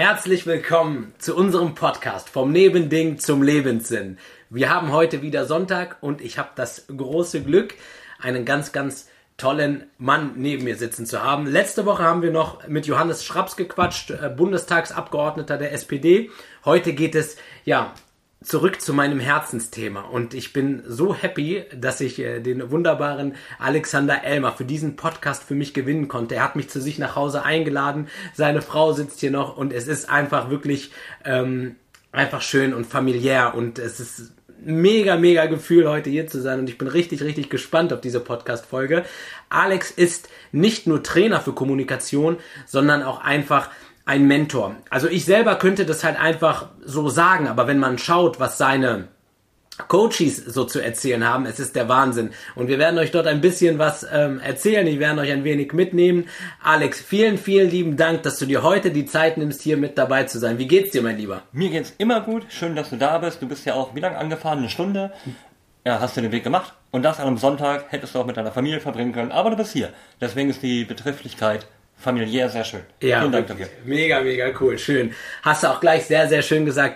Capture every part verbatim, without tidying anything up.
Herzlich willkommen zu unserem Podcast vom Nebending zum Lebenssinn. Wir haben heute wieder Sonntag und ich habe das große Glück, einen ganz, ganz tollen Mann neben mir sitzen zu haben. Letzte Woche haben wir noch mit Johannes Schraps gequatscht, Bundestagsabgeordneter der S P D. Heute geht es, ja, zurück zu meinem Herzensthema und ich bin so happy, dass ich äh, den wunderbaren Alexander Elmer für diesen Podcast für mich gewinnen konnte. Er hat mich zu sich nach Hause eingeladen, seine Frau sitzt hier noch und es ist einfach wirklich ähm, einfach schön und familiär und es ist mega, mega Gefühl, heute hier zu sein und ich bin richtig, richtig gespannt auf diese Podcast-Folge. Alex ist nicht nur Trainer für Kommunikation, sondern auch einfach ein Mentor. Also ich selber könnte das halt einfach so sagen, aber wenn man schaut, was seine Coaches so zu erzählen haben, es ist der Wahnsinn. Und wir werden euch dort ein bisschen was ähm, erzählen, ich werde euch ein wenig mitnehmen. Alex, vielen, vielen lieben Dank, dass du dir heute die Zeit nimmst, hier mit dabei zu sein. Wie geht's dir, mein Lieber? Mir geht's immer gut, schön, dass du da bist. Du bist ja auch, wie lange angefahren? Eine Stunde? Ja, hast du den Weg gemacht. Und das an einem Sonntag hättest du auch mit deiner Familie verbringen können, aber du bist hier. Deswegen ist die Betrefflichkeit familiär sehr schön. Ja, vielen Dank dafür. Mega, mega cool, schön. Hast du auch gleich sehr, sehr schön gesagt.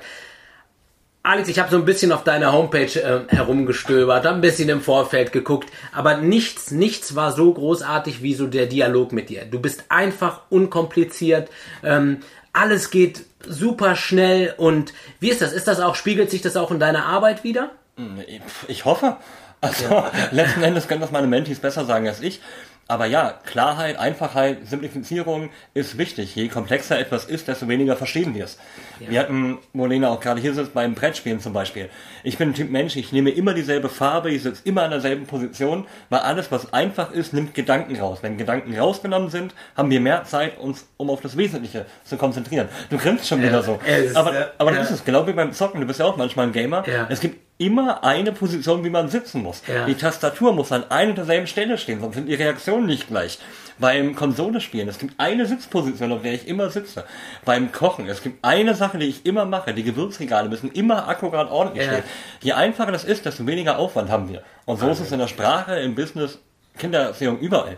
Alex, ich habe so ein bisschen auf deiner Homepage äh, herumgestöbert, ein bisschen im Vorfeld geguckt, aber nichts, nichts war so großartig wie so der Dialog mit dir. Du bist einfach unkompliziert, ähm, alles geht super schnell und wie ist das? Ist das auch, spiegelt sich das auch in deiner Arbeit wieder? Ich hoffe. Also ja. Letzten Endes können das meine Mentees besser sagen als ich. Aber ja, Klarheit, Einfachheit, Simplifizierung ist wichtig. Je komplexer etwas ist, desto weniger verstehen wir es. Ja. Wir hatten, wo Lena auch gerade hier sitzt, beim Brettspielen zum Beispiel. Ich bin ein Typ Mensch, ich nehme immer dieselbe Farbe, ich sitze immer an derselben Position, weil alles, was einfach ist, nimmt Gedanken raus. Wenn Gedanken rausgenommen sind, haben wir mehr Zeit, uns um auf das Wesentliche zu konzentrieren. Du grinst schon wieder so. Ist, aber äh, aber ja. das ist es, genau wie beim Zocken, du bist ja auch manchmal ein Gamer. Ja. Es gibt immer eine Position, wie man sitzen muss. Ja. Die Tastatur muss an einer und derselben Stelle stehen, sonst sind die Reaktionen nicht gleich. Beim Konsolespielen, es gibt eine Sitzposition, auf der ich immer sitze. Beim Kochen, es gibt eine Sache, die ich immer mache. Die Gewürzregale müssen immer akkurat ordentlich Ja. stehen. Je einfacher das ist, desto weniger Aufwand haben wir. Und so ist es in der Sprache, im Business, Kindererziehung, überall.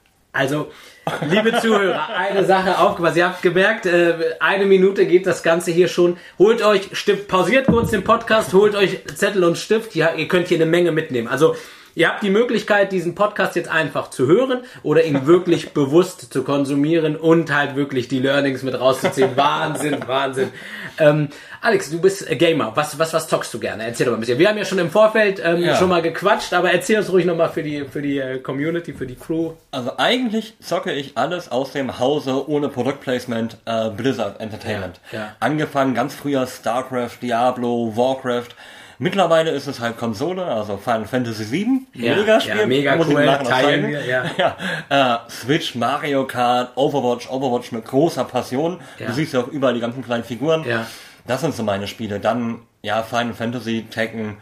Also, liebe Zuhörer, eine Sache aufgepasst. Ihr habt gemerkt, äh, eine Minute geht das Ganze hier schon. Holt euch Stift, pausiert kurz den Podcast, holt euch Zettel und Stift. Ja, ihr könnt hier eine Menge mitnehmen. Also, ihr habt die Möglichkeit, diesen Podcast jetzt einfach zu hören oder ihn wirklich bewusst zu konsumieren und halt wirklich die Learnings mit rauszuziehen. Wahnsinn, Wahnsinn. Ähm, Alex, du bist Gamer. Was, was, was zockst du gerne? Erzähl doch mal ein bisschen. Wir haben ja schon im Vorfeld ähm, ja. schon mal gequatscht, aber erzähl uns ruhig nochmal für die, für die äh, Community, für die Crew. Also eigentlich zocke ich alles aus dem Hause ohne Produktplacement äh, Blizzard Entertainment. Ja, ja. Angefangen ganz früher StarCraft, Diablo, Warcraft. Mittlerweile ist es halt Konsole, also Final Fantasy sieben, ja, mega Spiel, ja, mega muss cool, ich nachher noch teilen zeigen. wir, ja. ja, äh, Switch, Mario Kart, Overwatch, Overwatch mit großer Passion. Ja. Du siehst ja auch überall die ganzen kleinen Figuren. Ja. Das sind so meine Spiele. Dann, ja, Final Fantasy, Tekken,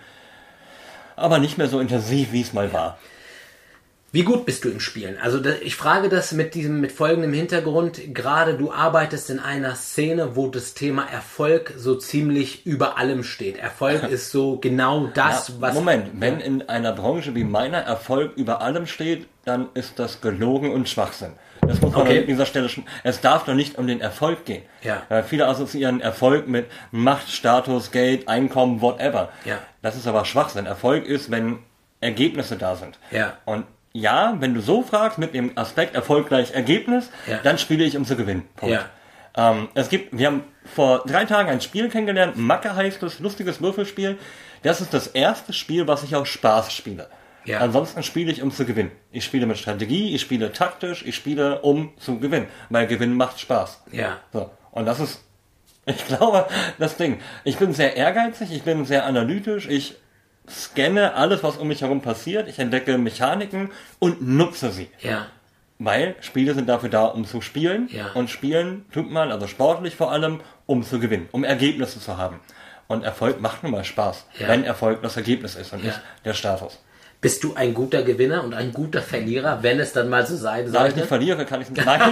aber nicht mehr so intensiv, wie es mal war. Wie gut bist du im Spielen? Also ich frage das mit diesem, mit folgendem Hintergrund. Gerade du arbeitest in einer Szene, wo das Thema Erfolg so ziemlich über allem steht. Erfolg ist so genau das, ja, was... Moment, wenn in einer Branche wie meiner Erfolg über allem steht, dann ist das gelogen und Schwachsinn. Das muss man okay. an dieser Stelle schon... Es darf doch nicht um den Erfolg gehen. Ja. Weil viele assoziieren Erfolg mit Macht, Status, Geld, Einkommen, whatever. Ja. Das ist aber Schwachsinn. Erfolg ist, wenn Ergebnisse da sind. Ja. Und ja, wenn du so fragst, mit dem Aspekt Erfolg gleich Ergebnis, ja. dann spiele ich, um zu gewinnen. Punkt. Ja. Ähm, es gibt, wir haben vor drei Tagen ein Spiel kennengelernt, Macke heißt es, lustiges Würfelspiel. Das ist das erste Spiel, was ich aus Spaß spiele. Ja. Ansonsten spiele ich, um zu gewinnen. Ich spiele mit Strategie, ich spiele taktisch, ich spiele, um zu gewinnen. Weil Gewinnen macht Spaß. Ja. So. Und das ist, ich glaube, das Ding. Ich bin sehr ehrgeizig, ich bin sehr analytisch, ich scanne alles, was um mich herum passiert, ich entdecke Mechaniken und nutze sie. Ja. Weil Spiele sind dafür da, um zu spielen. Ja. Und spielen tut man, also sportlich vor allem, um zu gewinnen, um Ergebnisse zu haben. Und Erfolg macht nun mal Spaß, Ja. wenn Erfolg das Ergebnis ist und Ja. nicht der Status. Bist du ein guter Gewinner und ein guter Verlierer, wenn es dann mal so sein Da ich sollte? nicht verliere, kann ich nicht. Nein.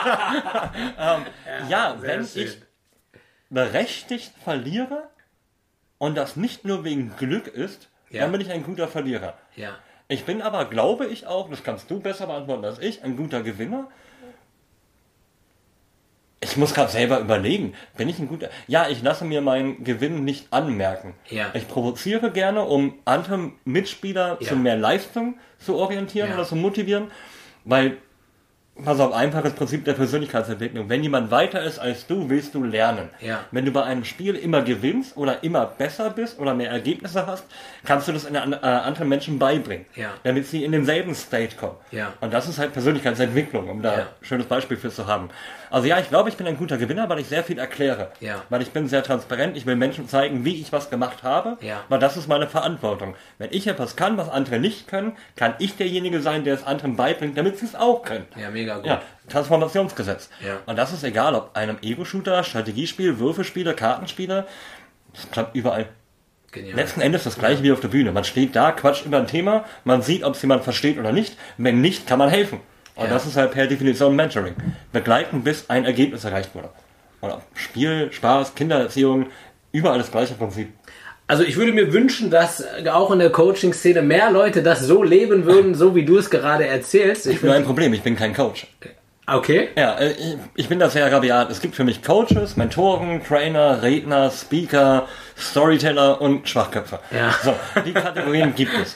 ähm, ja, sehr wenn schön. ich berechtigt verliere und das nicht nur wegen Glück ist, Ja. dann bin ich ein guter Verlierer. Ja. Ich bin aber, glaube ich auch, das kannst du besser beantworten als ich, ein guter Gewinner. Ich Ich muss gerade selber überlegen, bin ich ein guter... Ja, ich lasse mir meinen Gewinn nicht anmerken. Ja. Ich provoziere gerne, um andere Mitspieler Ja. zu mehr Leistung zu orientieren Ja. oder zu motivieren, weil... Pass auf, einfaches Prinzip der Persönlichkeitsentwicklung. Wenn jemand weiter ist als du, willst du lernen. Ja. Wenn du bei einem Spiel immer gewinnst oder immer besser bist oder mehr Ergebnisse hast, kannst du das in, äh, anderen Menschen beibringen, Ja. damit sie in denselben State kommen. Ja. Und das ist halt Persönlichkeitsentwicklung, um da Ja. ein schönes Beispiel für zu haben. Also ja, ich glaube, ich bin ein guter Gewinner, weil ich sehr viel erkläre. Ja. Weil ich bin sehr transparent, ich will Menschen zeigen, wie ich was gemacht habe, Ja. weil das ist meine Verantwortung. Wenn ich etwas kann, was andere nicht können, kann ich derjenige sein, der es anderen beibringt, damit sie es auch können. Ja, mega gut. Ja, Transformationsgesetz. Ja. Und das ist egal, ob einem Ego-Shooter, Strategiespiel, Würfelspiele, Kartenspiele, das klappt überall. Genial. Letzten Endes das gleiche wie auf der Bühne. Man steht da, quatscht über ein Thema, man sieht, ob es jemand versteht oder nicht. Wenn nicht, kann man helfen. Und Ja. das ist halt per Definition Mentoring. Begleiten, bis ein Ergebnis erreicht wurde. Oder Spiel, Spaß, Kindererziehung, überall das gleiche Prinzip. Also ich würde mir wünschen, dass auch in der Coaching-Szene mehr Leute das so leben würden, so wie du es gerade erzählst. Ich Ich bin ein Problem, ich bin kein Coach. Okay. Ja, äh, ich- ich bin da sehr rabiat. Es gibt für mich Coaches, Mentoren, Trainer, Redner, Speaker, Storyteller und Schwachköpfe. Ja. So, die Kategorien gibt es.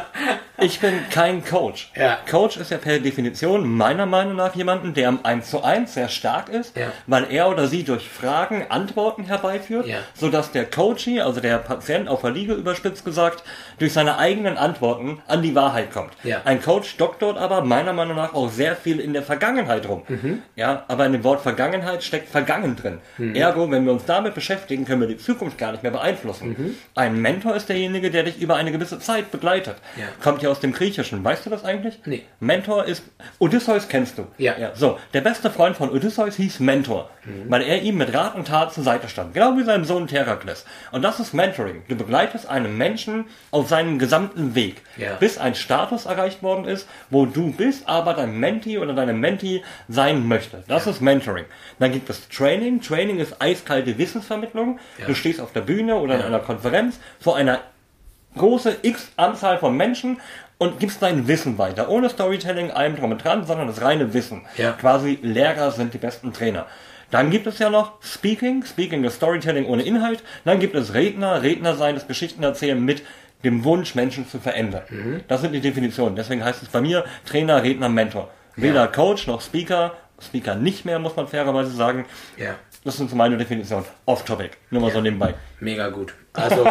Ich bin kein Coach. Ja. Coach ist ja per Definition meiner Meinung nach jemanden, der am eins zu eins sehr stark ist, Ja. weil er oder sie durch Fragen Antworten herbeiführt, Ja. sodass der Coachee, also der Patient auf der Liege überspitzt gesagt, durch seine eigenen Antworten an die Wahrheit kommt. Ja. Ein Coach doktort aber meiner Meinung nach auch sehr viel in der Vergangenheit rum. Mhm. Ja, aber in dem Wort Vergangenheit steckt Vergangen drin. Mhm. Ergo, wenn wir uns damit beschäftigen, können wir die Zukunft gar nicht mehr beeinflussen. Mhm. Ein Mentor ist derjenige, der dich über eine gewisse Zeit begleitet. Ja. Kommt ja aus dem Griechischen. Weißt du das eigentlich? Nee. Mentor ist, Odysseus kennst du. Ja. So, der beste Freund von Odysseus hieß Mentor, Mhm. weil er ihm mit Rat und Tat zur Seite stand. Genau wie seinem Sohn Herakles. Und das ist Mentoring. Du begleitest einen Menschen auf seinem gesamten Weg, Ja. bis ein Status erreicht worden ist, wo du bist, aber dein Mentee oder deine Mentee sein möchte. Das ist Mentoring. Dann gibt es Training. Training ist eiskalte Wissensvermittlung. Ja. Du stehst auf der Bühne oder in Ja. einer Konferenz vor einer große X-Anzahl von Menschen und gibst dein Wissen weiter. Ohne Storytelling, allem drum und dran, sondern das reine Wissen. Ja. Quasi Lehrer sind die besten Trainer. Dann gibt es ja noch Speaking. Speaking ist Storytelling ohne Inhalt. Dann gibt es Redner. Redner sein, das Geschichten erzählen mit dem Wunsch, Menschen zu verändern. Mhm. Das sind die Definitionen. Deswegen heißt es bei mir Trainer, Redner, Mentor. Weder Ja. Coach noch Speaker. Speaker nicht mehr, muss man fairerweise sagen. Ja. Das sind so meine Definitionen. Off-Topic. Nur mal so nebenbei. Mega gut. Also,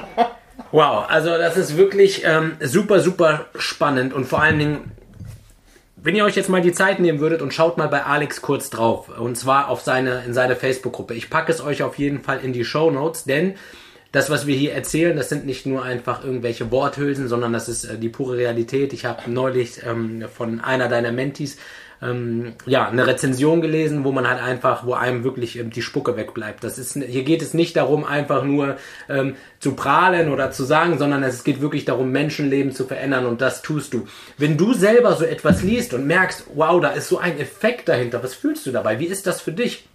wow, also das ist wirklich ähm, super, super spannend und vor allen Dingen, wenn ihr euch jetzt mal die Zeit nehmen würdet und schaut mal bei Alex kurz drauf, und zwar auf seine, in seine Facebook-Gruppe. Ich packe es euch auf jeden Fall in die Shownotes, denn das, was wir hier erzählen, das sind nicht nur einfach irgendwelche Worthülsen, sondern das ist äh, die pure Realität. Ich habe neulich ähm, von einer deiner Mentees ähm, ja, eine Rezension gelesen, wo man halt einfach, wo einem wirklich ähm, die Spucke wegbleibt. Das ist, hier geht es nicht darum, einfach nur ähm, zu prahlen oder zu sagen, sondern es geht wirklich darum, Menschenleben zu verändern, und das tust du. Wenn du selber so etwas liest und merkst, wow, da ist so ein Effekt dahinter, was fühlst du dabei? Wie ist das für dich?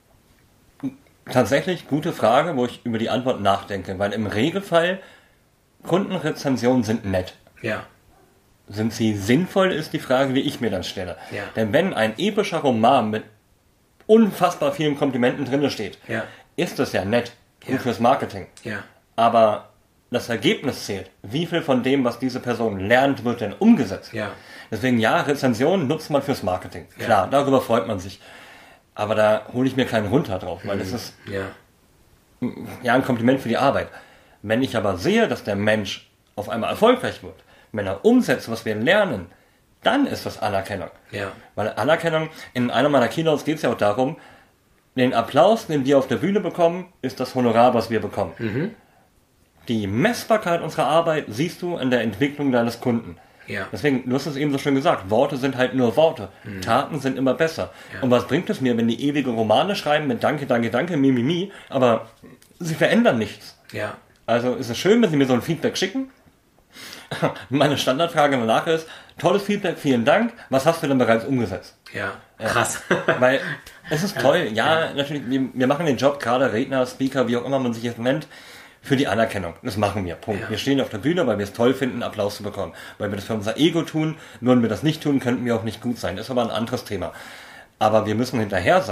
Tatsächlich gute Frage, wo ich über die Antwort nachdenke, weil im Regelfall Kundenrezensionen sind nett. Ja, Sind sie sinnvoll, ist die Frage, die ich mir dann stelle. Ja. Denn wenn ein epischer Roman mit unfassbar vielen Komplimenten drin steht, Ja. ist das ja nett, gut Ja. fürs Marketing. ja, Aber das Ergebnis zählt. Wie viel von dem, was diese Person lernt, wird denn umgesetzt? ja, Deswegen ja, Rezensionen nutzt man fürs Marketing. Klar, darüber freut man sich. Aber da hole ich mir keinen runter drauf, weil das ist ja, ja ein Kompliment für die Arbeit. Wenn ich aber sehe, dass der Mensch auf einmal erfolgreich wird, wenn er umsetzt, was wir lernen, dann ist das Anerkennung. ja, Weil Anerkennung, in einer meiner Keynotes geht es ja auch darum, den Applaus, den wir auf der Bühne bekommen, ist das Honorar, was wir bekommen. Mhm. Die Messbarkeit unserer Arbeit siehst du in der Entwicklung deines Kunden. ja, Deswegen, du hast es eben so schön gesagt, Worte sind halt nur Worte. Taten sind immer besser. Ja. Und was bringt es mir, wenn die ewige Romane schreiben mit Danke, Danke, Danke, Mi, Mi, Mi, aber sie verändern nichts. ja, Also ist es schön, wenn sie mir so ein Feedback schicken. Meine Standardfrage danach ist, tolles Feedback, vielen Dank, was hast du denn bereits umgesetzt? ja, krass. Weil es ist toll, ja, natürlich, wir, wir machen den Job, gerade Redner, Speaker, wie auch immer man sich jetzt nennt, für die Anerkennung. Das machen wir, Punkt. Ja. Wir stehen auf der Bühne, weil wir es toll finden, Applaus zu bekommen. Weil wir das für unser Ego tun, würden wir das nicht tun, könnten wir auch nicht gut sein. Das ist aber ein anderes Thema. Aber wir müssen hinterher sein.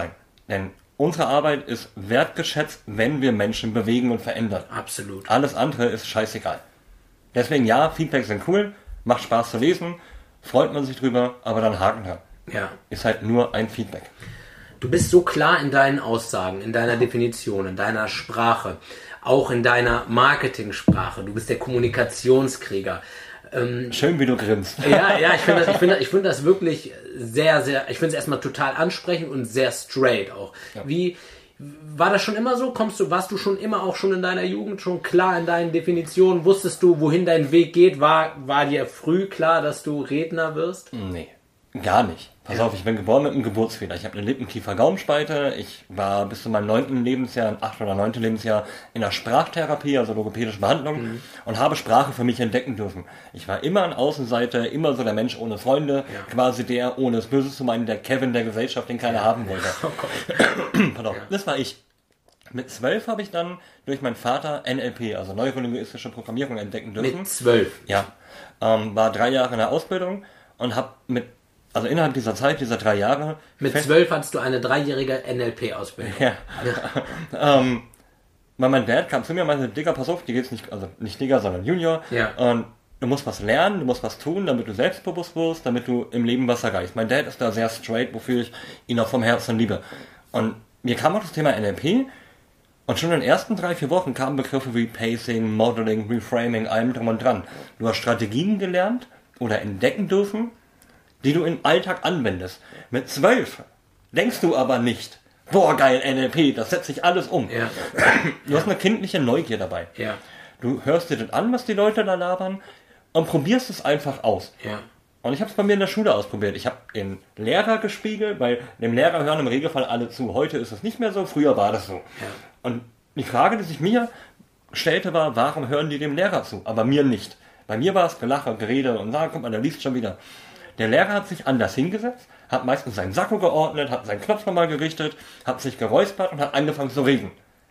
Denn unsere Arbeit ist wertgeschätzt, wenn wir Menschen bewegen und verändern. Absolut. Alles andere ist scheißegal. Deswegen ja, Feedbacks sind cool, macht Spaß zu lesen, freut man sich drüber, aber dann Haken dran. Ja. Ist halt nur ein Feedback. Du bist so klar in deinen Aussagen, in deiner Definition, in deiner Sprache, auch in deiner Marketingsprache. Du bist der Kommunikationskrieger. Ähm, Schön, wie du grinst. Ja, ja, ich finde das, ich finde, ich finde das wirklich sehr, sehr, ich finde es erstmal total ansprechend und sehr straight auch. Ja. Wie, war das schon immer so? Kommst du, warst du schon immer auch schon in deiner Jugend schon klar in deinen Definitionen? Wusstest du, wohin dein Weg geht? War, war dir früh klar, dass du Redner wirst? Nee, gar nicht. Pass ja. auf, ich bin geboren mit einem Geburtsfehler. Ich habe eine Lippenkiefer-Gaumenspalte. Ich war bis zu meinem neunten Lebensjahr, achten oder neunten Lebensjahr in der Sprachtherapie, also logopädische Behandlung, mhm. und habe Sprache für mich entdecken dürfen. Ich war immer an Außenseite, immer so der Mensch ohne Freunde, ja. quasi der, ohne es Böses zu meinen, der Kevin der Gesellschaft, den keiner ja. haben wollte. Oh Pardon, ja. Das war ich. Mit zwölf habe ich dann durch meinen Vater N L P, also neurolinguistische Programmierung, entdecken dürfen. Mit zwölf? Ja. Ähm, war drei Jahre in der Ausbildung und habe mit Also innerhalb dieser Zeit, dieser drei Jahre... Mit zwölf hattest du eine dreijährige N L P-Ausbildung. Ja. ja. ähm, weil mein Dad kam zu mir und meinte, Digga, pass auf, dir geht's nicht, also nicht Digga, sondern Junior. Ja. Und du musst was lernen, du musst was tun, damit du selbstbewusst wirst, damit du im Leben was erreichst. Mein Dad ist da sehr straight, wofür ich ihn auch vom Herzen liebe. Und mir kam auch das Thema N L P und schon in den ersten drei, vier Wochen kamen Begriffe wie Pacing, Modeling, Reframing, allem drum und dran. Du hast Strategien gelernt oder entdecken dürfen, die du im Alltag anwendest. Mit zwölf denkst du aber nicht, boah geil, N L P, das setzt sich alles um. Ja. Du ja. hast eine kindliche Neugier dabei. Ja. Du hörst dir das an, was die Leute da labern und probierst es einfach aus. Ja. Und ich habe es bei mir in der Schule ausprobiert. Ich habe den Lehrer gespiegelt, weil dem Lehrer hören im Regelfall alle zu. Heute ist es nicht mehr so, früher war das so. Ja. Und die Frage, die sich mir stellte, war, warum hören die dem Lehrer zu, aber mir nicht? Bei mir war es Gelache, Gerede und sagen, guck mal, der liest schon wieder. Der Lehrer hat sich anders hingesetzt, hat meistens seinen Sakko geordnet, hat seinen Knopf nochmal gerichtet, hat sich geräuspert und hat angefangen zu reden.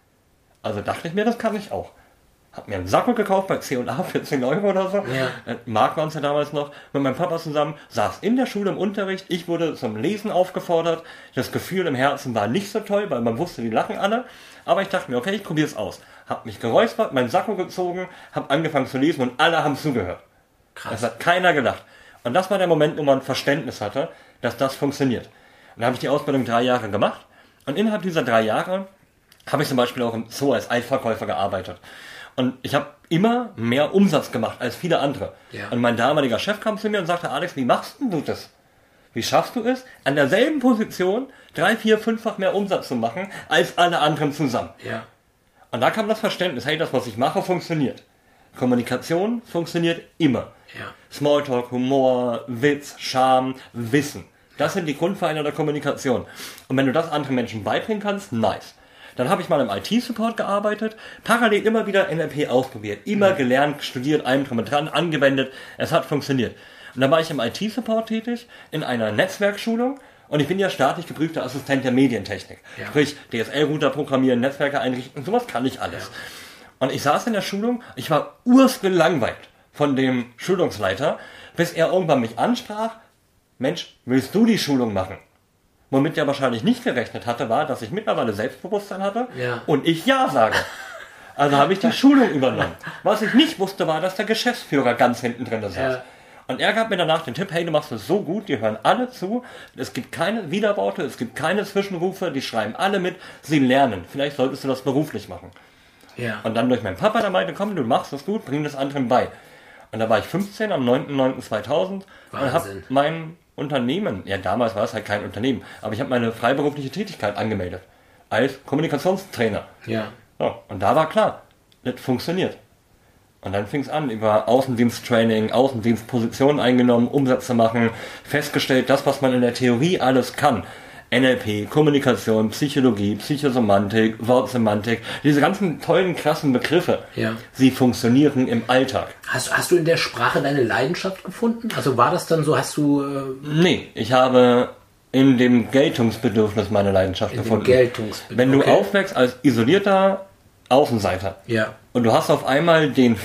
Also dachte ich mir, das kann ich auch. Hab mir einen Sakko gekauft bei C und A für zehn Euro oder so. Ja. Mark war uns ja damals noch. Mit meinem Papa zusammen, saß in der Schule im Unterricht. Ich wurde zum Lesen aufgefordert. Das Gefühl im Herzen war nicht so toll, weil man wusste, die lachen alle. Aber ich dachte mir, okay, ich probiere es aus. Hab mich geräuspert, meinen Sakko gezogen, hab angefangen zu lesen und alle haben zugehört. Krass. Es hat keiner gelacht. Und das war der Moment, wo man Verständnis hatte, dass das funktioniert. Und dann habe ich die Ausbildung drei Jahre gemacht. Und innerhalb dieser drei Jahre habe ich zum Beispiel auch im Zoo als Eisverkäufer gearbeitet. Und ich habe immer mehr Umsatz gemacht als viele andere. Ja. Und mein damaliger Chef kam zu mir und sagte, Alex, wie machst denn du das? Wie schaffst du es, an derselben Position drei, vier, fünffach mehr Umsatz zu machen, als alle anderen zusammen? Ja. Und da kam das Verständnis, hey, das, was ich mache, funktioniert. Kommunikation funktioniert immer. Ja. Smalltalk, Humor, Witz, Charme, Wissen. Das sind die Grundpfeiler der Kommunikation. Und wenn du das anderen Menschen beibringen kannst, nice. Dann habe ich mal im I T-Support gearbeitet, parallel immer wieder N L P ausprobiert, immer mhm. gelernt, studiert, allem drum und dran, angewendet. Es hat funktioniert. Und dann war ich im I T-Support tätig, in einer Netzwerkschulung. Und ich bin ja staatlich geprüfter Assistent der Medientechnik. Ja. Sprich, D S L-Router programmieren, Netzwerke einrichten, sowas kann ich alles. Ja. Und ich saß in der Schulung, ich war ursgelangweilt von dem Schulungsleiter, bis er irgendwann mich ansprach, Mensch, willst du die Schulung machen? Womit der wahrscheinlich nicht gerechnet hatte, war, dass ich mittlerweile Selbstbewusstsein hatte ja. und ich Ja sage. Also habe ich die Schulung übernommen. Was ich nicht wusste, war, dass der Geschäftsführer ganz hinten drin saß. Ja. Und er gab mir danach den Tipp, hey, du machst das so gut, die hören alle zu, es gibt keine Widerworte, es gibt keine Zwischenrufe, die schreiben alle mit, sie lernen. Vielleicht solltest du das beruflich machen. Ja. Und dann durch meinen Papa, der meinte, komm, du machst das gut, bring das anderen bei. Und da war ich fünfzehn am neunten neunten zweitausend und habe mein Unternehmen, ja damals war es halt kein Unternehmen, aber ich habe meine freiberufliche Tätigkeit angemeldet. Als Kommunikationstrainer. Ja. So, und da war klar, das funktioniert. Und dann fing es an, über Außendiensttraining, Außendienstpositionen eingenommen, Umsatz zu machen, festgestellt, das, was man in der Theorie alles kann. N L P, Kommunikation, Psychologie, Psychosomatik, Wortsemantik, diese ganzen tollen, krassen Begriffe, ja. sie funktionieren im Alltag. Hast, hast du in der Sprache deine Leidenschaft gefunden? Also war das dann so, hast du... Äh nee, ich habe in dem Geltungsbedürfnis meine Leidenschaft in gefunden. Dem Geltungsbedürfnis. Wenn du okay. aufwächst als isolierter Außenseiter ja. und du hast auf einmal den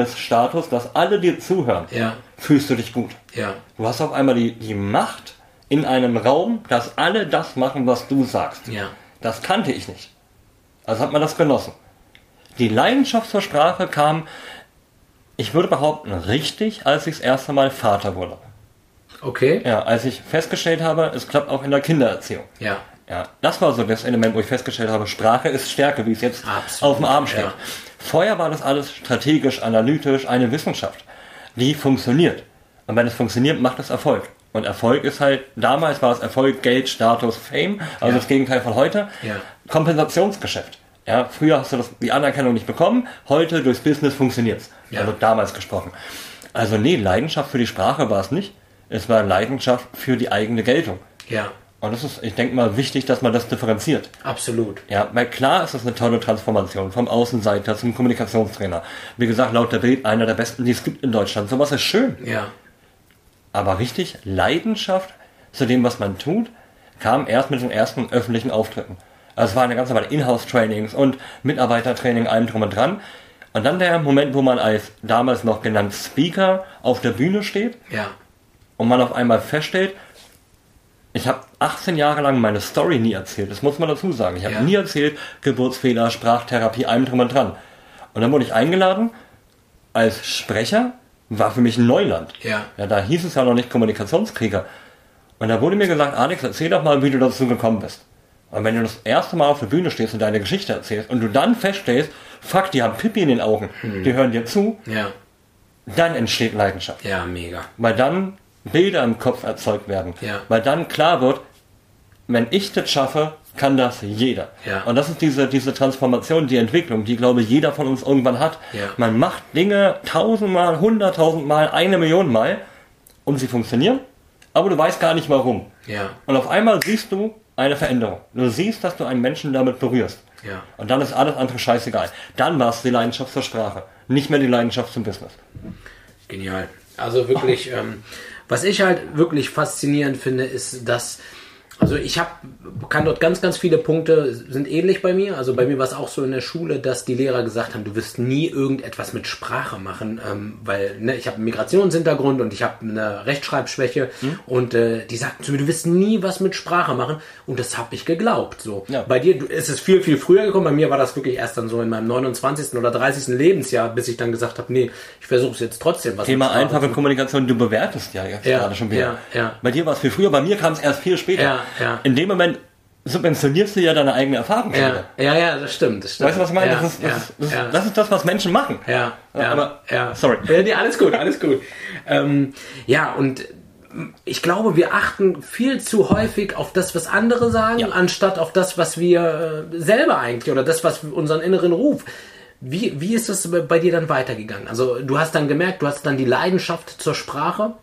Famous-Status, dass alle dir zuhören, ja. fühlst du dich gut. Ja. Du hast auf einmal die, die Macht, in einem Raum, dass alle das machen, was du sagst. Ja. Das kannte ich nicht. Also hat man das genossen. Die Leidenschaft zur Sprache kam, ich würde behaupten, richtig, als ich das erste Mal Vater wurde. Okay. Ja, als ich festgestellt habe, es klappt auch in der Kindererziehung. Ja. Ja, das war so das Element, wo ich festgestellt habe, Sprache ist Stärke, wie es jetzt Absolut, auf dem Arm steht. ja. Vorher war das alles strategisch, analytisch, eine Wissenschaft, die funktioniert. Und wenn es funktioniert, macht es Erfolg. Und Erfolg ist halt, damals war es Erfolg, Geld, Status, Fame, also Ja. das Gegenteil von heute. Ja. Kompensationsgeschäft. Ja, früher hast du das, die Anerkennung nicht bekommen, heute durchs Business funktioniert's. Ja. Also damals gesprochen. Also nee, Leidenschaft für die Sprache war es nicht. Es war Leidenschaft für die eigene Geltung. Ja. Und das ist, ich denke mal, wichtig, dass man das differenziert. Absolut. Ja, weil klar ist das eine tolle Transformation vom Außenseiter zum Kommunikationstrainer. Wie gesagt, laut der Bild einer der besten, die es gibt in Deutschland. Sowas ist schön. Ja. Aber richtig Leidenschaft zu dem, was man tut, kam erst mit den ersten öffentlichen Auftritten. Also es war eine ganze Weile Inhouse-Trainings und Mitarbeitertraining, allem drum und dran. Und dann der Moment, wo man als damals noch genannt Speaker auf der Bühne steht Ja. und man auf einmal feststellt, ich habe achtzehn Jahre lang meine Story nie erzählt, das muss man dazu sagen. Ich habe Ja. nie erzählt, Geburtsfehler, Sprachtherapie, allem drum und dran. Und dann wurde ich eingeladen als Sprecher, war für mich ein Neuland. Ja. Ja, da hieß es ja noch nicht Kommunikationskrieger. Und da wurde mir gesagt, Alex, erzähl doch mal, wie du dazu gekommen bist. Und wenn du das erste Mal auf der Bühne stehst und deine Geschichte erzählst und du dann feststellst, fuck, die haben Pipi in den Augen, Hm. die hören dir zu, Ja. dann entsteht Leidenschaft. Ja, mega. Weil dann Bilder im Kopf erzeugt werden. Ja. Weil dann klar wird, wenn ich das schaffe, kann das jeder. Ja. Und das ist diese, diese Transformation, die Entwicklung, die, glaube ich, jeder von uns irgendwann hat. Ja. Man macht Dinge tausendmal, hunderttausendmal, eine Million Mal und sie funktionieren, aber du weißt gar nicht warum. Ja. Und auf einmal siehst du eine Veränderung. Du siehst, dass du einen Menschen damit berührst. Ja. Und dann ist alles andere scheißegal. Dann war es die Leidenschaft zur Sprache, nicht mehr die Leidenschaft zum Business. Genial. Also wirklich, ähm, was ich halt wirklich faszinierend finde, ist, dass, also ich habe, kann dort ganz, ganz viele Punkte sind ähnlich bei mir. Also bei mir war es auch so in der Schule, dass die Lehrer gesagt haben, du wirst nie irgendetwas mit Sprache machen, ähm, weil ne, ich habe einen Migrationshintergrund und ich habe eine Rechtschreibschwäche Hm? und äh, die sagten zu mir, du wirst nie was mit Sprache machen und das habe ich geglaubt. So. Ja. Bei dir du, ist es viel, viel früher gekommen. Bei mir war das wirklich erst dann so in meinem neunundzwanzigsten oder dreißigsten Lebensjahr, bis ich dann gesagt habe, nee, ich versuche es jetzt trotzdem was Thema mit Sprache einfache zu Kommunikation, du bewertest ja jetzt Ja, gerade schon wieder. ja, ja. Bei dir war es viel früher, bei mir kam es erst viel später. Ja, ja. In dem Moment subventionierst du ja deine eigene Erfahrung schon Ja, wieder. ja, ja, das stimmt. Das stimmt. Weißt du, was ich meine? Ja, das, ist, das, ja, ist, das, ja. ist, das ist das, was Menschen machen. Ja, ja, aber, ja. sorry. Ja, nee, alles gut, alles gut. Ähm, ja, und ich glaube, wir achten viel zu häufig auf das, was andere sagen, Ja. anstatt auf das, was wir äh, selber eigentlich oder das, was unseren inneren Ruf. Wie, wie ist es bei dir dann weitergegangen? Also du hast dann gemerkt, du hast dann die Leidenschaft zur Sprache.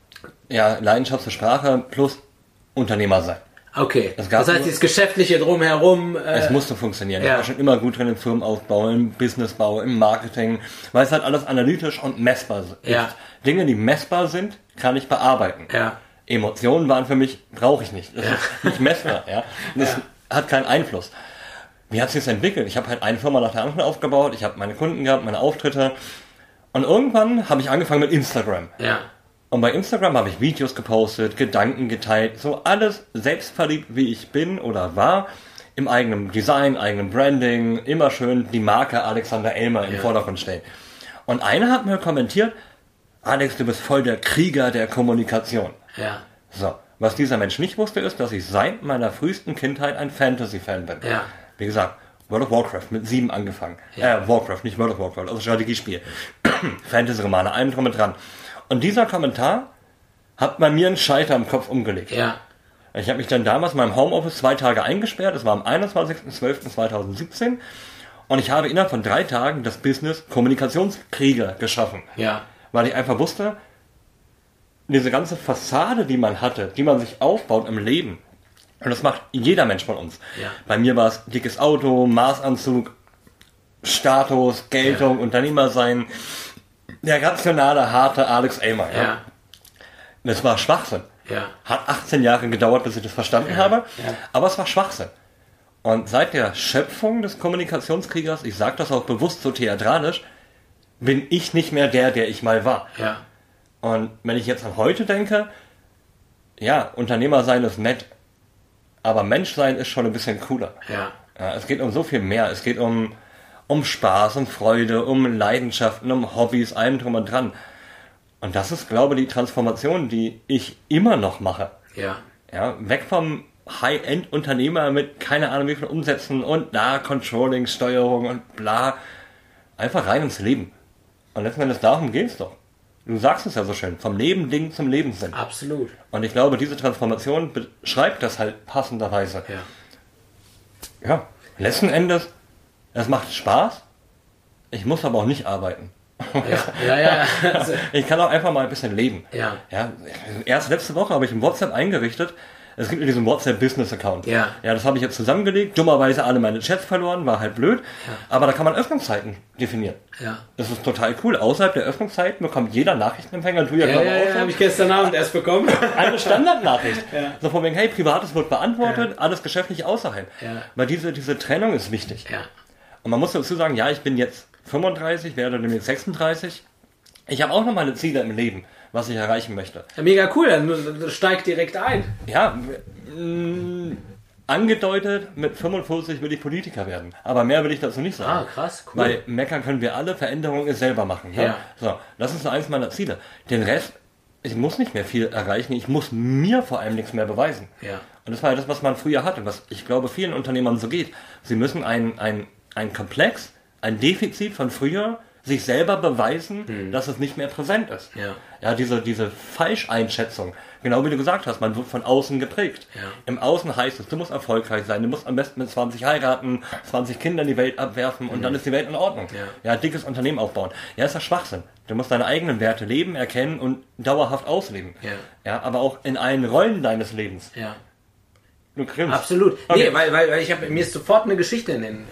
Ja, Leidenschaft zur Sprache plus Unternehmer sein. Okay, Es gab das heißt, nur- dieses Geschäftliche drumherum. Äh, Es musste funktionieren. ja. Ich war schon immer gut drin im Firmenaufbau, im Businessbau, im Marketing, weil es halt alles analytisch und messbar ist. Ja. Dinge, die messbar sind, kann ich bearbeiten. Ja. Emotionen waren für mich, brauche ich nicht. Das Ja. ist nicht messbar. Ja. Das Ja. hat keinen Einfluss. Wie hat sich das entwickelt? Ich habe halt eine Firma nach der anderen aufgebaut, ich habe meine Kunden gehabt, meine Auftritte und irgendwann habe ich angefangen mit Instagram. Ja. Und bei Instagram habe ich Videos gepostet, Gedanken geteilt, so alles selbstverliebt, wie ich bin oder war, im eigenen Design, eigenen Branding, immer schön die Marke Alexander Elmer im Ja. Vordergrund stellen. Und einer hat mir kommentiert, Alex, du bist voll der Krieger der Kommunikation. Ja. So, was dieser Mensch nicht wusste, ist, dass ich seit meiner frühesten Kindheit ein Fantasy-Fan bin. Ja. Wie gesagt, World of Warcraft mit sieben angefangen. Ja. Äh, Warcraft, nicht World of Warcraft, also Strategiespiel. Fantasy-Romane, allem drum und dran. Und dieser Kommentar hat bei mir einen Schalter im Kopf umgelegt. Ja. Ich habe mich dann damals in meinem Homeoffice zwei Tage eingesperrt, das war am einundzwanzigsten zwölften zweitausendsiebzehn und ich habe innerhalb von drei Tagen das Business Kommunikationskrieger geschaffen. Ja. Weil ich einfach wusste, diese ganze Fassade, die man hatte, die man sich aufbaut im Leben, und das macht jeder Mensch von uns. Ja. Bei mir war es dickes Auto, Maßanzug, Status, Geltung, Ja. Unternehmer sein, der rationale, harte Alex Elmer. Ja. Ja. Das war Schwachsinn. Ja. Hat achtzehn Jahre gedauert, bis ich das verstanden Ja. habe, Ja. aber es war Schwachsinn. Und seit der Schöpfung des Kommunikationskriegers, ich sage das auch bewusst so theatralisch, bin ich nicht mehr der, der ich mal war. Ja. Und wenn ich jetzt an heute denke, ja, Unternehmer sein ist nett, aber Mensch sein ist schon ein bisschen cooler. Ja. Ja, es geht um so viel mehr. Es geht um, um Spaß, um Freude, um Leidenschaften, um Hobbys, allem drum und dran. Und das ist, glaube ich, die Transformation, die ich immer noch mache. Ja. Ja, weg vom High-End-Unternehmer mit keine Ahnung wie viel Umsätzen und da Controlling, Steuerung und bla. Einfach rein ins Leben. Und letzten Endes darum geht's doch. Du sagst es ja so schön, vom Nebending zum Lebenssinn. Absolut. Und ich glaube, diese Transformation beschreibt das halt passenderweise. Ja. Ja, letzten Endes, es macht Spaß. Ich muss aber auch nicht arbeiten. Ja, ja, ja. Also, ich kann auch einfach mal ein bisschen leben. Ja. Ja, erst letzte Woche habe ich ein WhatsApp eingerichtet. Es gibt ja diesen WhatsApp-Business-Account. Ja. Ja, das habe ich jetzt zusammengelegt. Dummerweise alle meine Chats verloren, war halt blöd. Ja. Aber da kann man Öffnungszeiten definieren. Ja. Das ist total cool. Außerhalb der Öffnungszeiten bekommt jeder Nachrichtenempfänger, du ja, Ja, glaube ja, ich ja, auch, habe ich gestern Abend erst bekommen. eine Standardnachricht. Ja. So von wegen, hey, Privates wird beantwortet, alles geschäftlich außerhalb. Ja. Weil diese, diese Trennung ist wichtig. Ja. Und man muss dazu sagen, ja, ich bin jetzt fünfunddreißig, werde demnächst sechsunddreißig. Ich habe auch noch meine Ziele im Leben, was ich erreichen möchte. Ja, mega cool, dann steigt direkt ein. Ja, mh, angedeutet, mit fünfundvierzig will ich Politiker werden. Aber mehr will ich dazu nicht sagen. Ah, krass, cool. Weil meckern können wir alle, Veränderung ist selber machen. Ne? Ja. So, das ist so eins meiner Ziele. Den Rest, ich muss nicht mehr viel erreichen, ich muss mir vor allem nichts mehr beweisen. Ja. Und das war ja das, was man früher hatte, was ich glaube vielen Unternehmern so geht. Sie müssen ein, ein, ein Komplex, ein Defizit von früher sich selber beweisen, hm. dass es nicht mehr präsent ist. Ja. Ja, diese, diese Falscheinschätzung, genau wie du gesagt hast, man wird von außen geprägt. Ja. Im Außen heißt es, du musst erfolgreich sein, du musst am besten mit zwanzig heiraten, zwanzig Kinder in die Welt abwerfen und hm. dann ist die Welt in Ordnung. Ja. Ja, dickes Unternehmen aufbauen. Ja, ist das Schwachsinn. Du musst deine eigenen Werte leben, erkennen und dauerhaft ausleben. Ja. Ja, aber auch in allen Rollen deines Lebens. Ja. Du grinst. Absolut. Okay. Nee, weil, weil, weil ich habe mir ist sofort eine Geschichte in den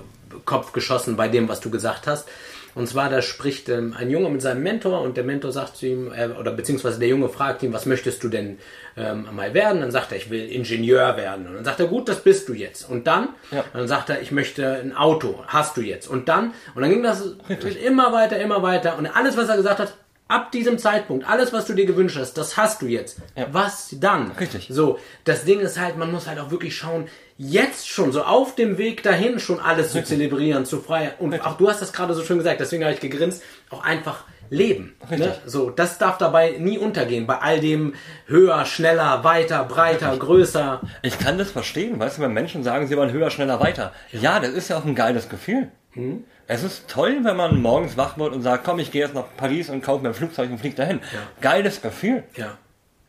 Kopf geschossen bei dem, was du gesagt hast. Und zwar, da spricht ähm, ein Junge mit seinem Mentor und der Mentor sagt zu ihm, äh, oder beziehungsweise der Junge fragt ihn, was möchtest du denn ähm, mal werden? Dann sagt er, ich will Ingenieur werden. Und dann sagt er, gut, das bist du jetzt. Und dann? Ja. Und dann sagt er, ich möchte ein Auto. Hast du jetzt. Und dann? Und dann ging das Richtig. immer weiter, immer weiter. Und alles, was er gesagt hat, ab diesem Zeitpunkt, alles, was du dir gewünscht hast, das hast du jetzt. Ja. Was dann? Richtig. So, das Ding ist halt, man muss halt auch wirklich schauen, jetzt schon, so auf dem Weg dahin schon alles zu zelebrieren, zu feiern. Und Richtig. Auch du hast das gerade so schön gesagt, deswegen habe ich gegrinst, auch einfach leben. Ne? So, das darf dabei nie untergehen, bei all dem höher, schneller, weiter, breiter, Richtig. größer. Ich kann das verstehen, weißt du, wenn Menschen sagen, sie wollen höher, schneller, weiter. Ja, ja das ist ja auch ein geiles Gefühl. Hm? Es ist toll, wenn man morgens wach wird und sagt, komm, ich gehe jetzt nach Paris und kaufe mir ein Flugzeug und fliege dahin. Ja. Geiles Gefühl. Ja.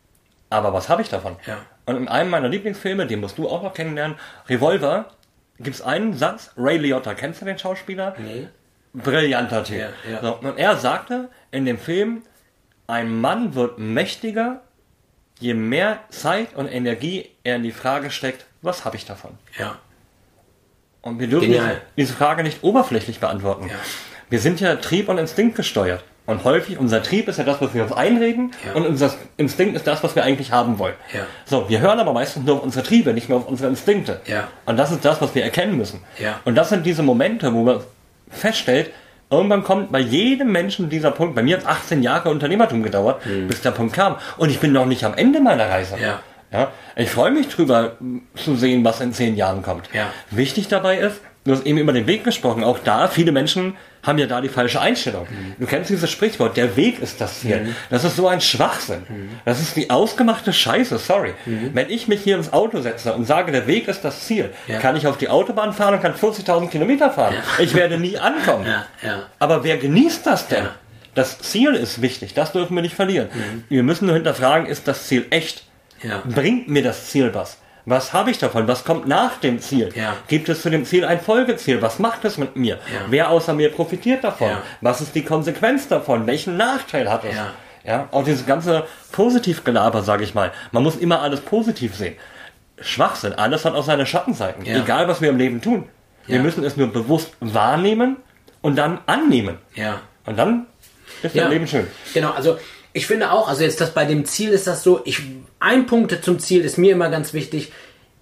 Aber was habe ich davon? Ja. Und in einem meiner Lieblingsfilme, den musst du auch noch kennenlernen, Revolver, gibt es einen Satz, Ray Liotta, kennst du den Schauspieler? Nee. Brillanter Typ. Ja, ja. So, und er sagte in dem Film, ein Mann wird mächtiger, je mehr Zeit und Energie er in die Frage steckt, was habe ich davon? Ja. Und wir dürfen diese, diese Frage nicht oberflächlich beantworten. Ja. Wir sind ja Trieb und Instinkt gesteuert. Und häufig, unser Trieb ist ja das, was wir uns einreden, ja. und unser Instinkt ist das, was wir eigentlich haben wollen. Ja. So, wir hören aber meistens nur auf unsere Triebe, nicht mehr auf unsere Instinkte. Ja. Und das ist das, was wir erkennen müssen. Ja. Und das sind diese Momente, wo man feststellt, irgendwann kommt bei jedem Menschen dieser Punkt, bei mir hat achtzehn Jahre Unternehmertum gedauert, mhm. bis der Punkt kam. Und ich bin noch nicht am Ende meiner Reise. Ja. Ja, ich freue mich drüber zu sehen, was in zehn Jahren kommt. Ja. Wichtig dabei ist, du hast eben über den Weg gesprochen, auch da, viele Menschen haben ja da die falsche Einstellung. Mhm. Du kennst dieses Sprichwort, der Weg ist das Ziel. Mhm. Das ist so ein Schwachsinn. Mhm. Das ist die ausgemachte Scheiße, sorry. Mhm. Wenn ich mich hier ins Auto setze und sage, der Weg ist das Ziel, ja. kann ich auf die Autobahn fahren und kann vierzigtausend Kilometer fahren. Ja. Ich werde nie ankommen. Ja. Ja. Aber wer genießt das denn? Ja. Das Ziel ist wichtig, das dürfen wir nicht verlieren. Mhm. Wir müssen nur hinterfragen, ist das Ziel echt? Ja. Bringt mir das Ziel was? Was habe ich davon? Was kommt nach dem Ziel? Ja. Gibt es zu dem Ziel ein Folgeziel? Was macht es mit mir? Ja. Wer außer mir profitiert davon? Ja. Was ist die Konsequenz davon? Welchen Nachteil hat es? Ja. Ja, auch dieses ganze Positivgelaber, sage ich mal. Man muss immer alles positiv sehen. Schwachsinn. Alles hat auch seine Schattenseiten. Ja. Egal, was wir im Leben tun. Wir Ja. müssen es nur bewusst wahrnehmen und dann annehmen. Ja. Und dann ist Ja. dein Leben schön. Genau, also ich finde auch, also jetzt das bei dem Ziel ist das so, ich, ein Punkt zum Ziel ist mir immer ganz wichtig,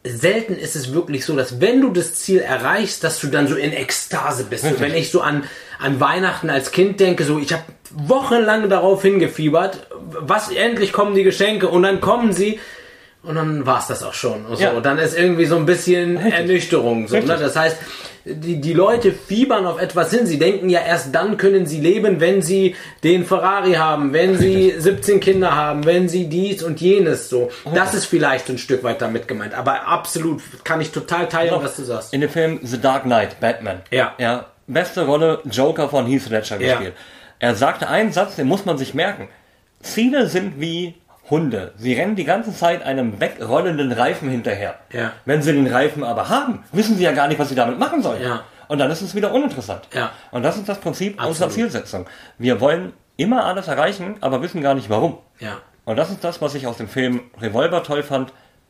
selten ist es wirklich so, dass wenn du das Ziel erreichst, dass du dann so in Ekstase bist. So, wenn ich so an, an Weihnachten als Kind denke, so ich habe wochenlang darauf hingefiebert, was endlich kommen die Geschenke und dann kommen sie und dann war es das auch schon. Und so. Ja. Dann ist irgendwie so ein bisschen Richtig. Ernüchterung. So, ne? Das heißt, die, die Leute fiebern auf etwas hin. Sie denken ja, erst dann können sie leben, wenn sie den Ferrari haben, wenn sie siebzehn Kinder haben, wenn sie dies und jenes. So, Das ist vielleicht ein Stück weit damit gemeint. Aber absolut kann ich total teilen, Doch, was du sagst. In dem Film The Dark Knight, Batman. Ja. ja beste Rolle, Joker von Heath Ledger Ja. gespielt. Er sagte einen Satz, den muss man sich merken. Ziele sind wie Hunde. Sie rennen die ganze Zeit einem wegrollenden Reifen hinterher. Ja. Wenn sie den Reifen aber haben, wissen sie ja gar nicht, was sie damit machen sollen. Ja. Und dann ist es wieder uninteressant. Ja. Und das ist das Prinzip Absolut. unserer Zielsetzung. Wir wollen immer alles erreichen, aber wissen gar nicht warum. Ja. Und das ist das, was ich aus dem Film Revolver toll fand.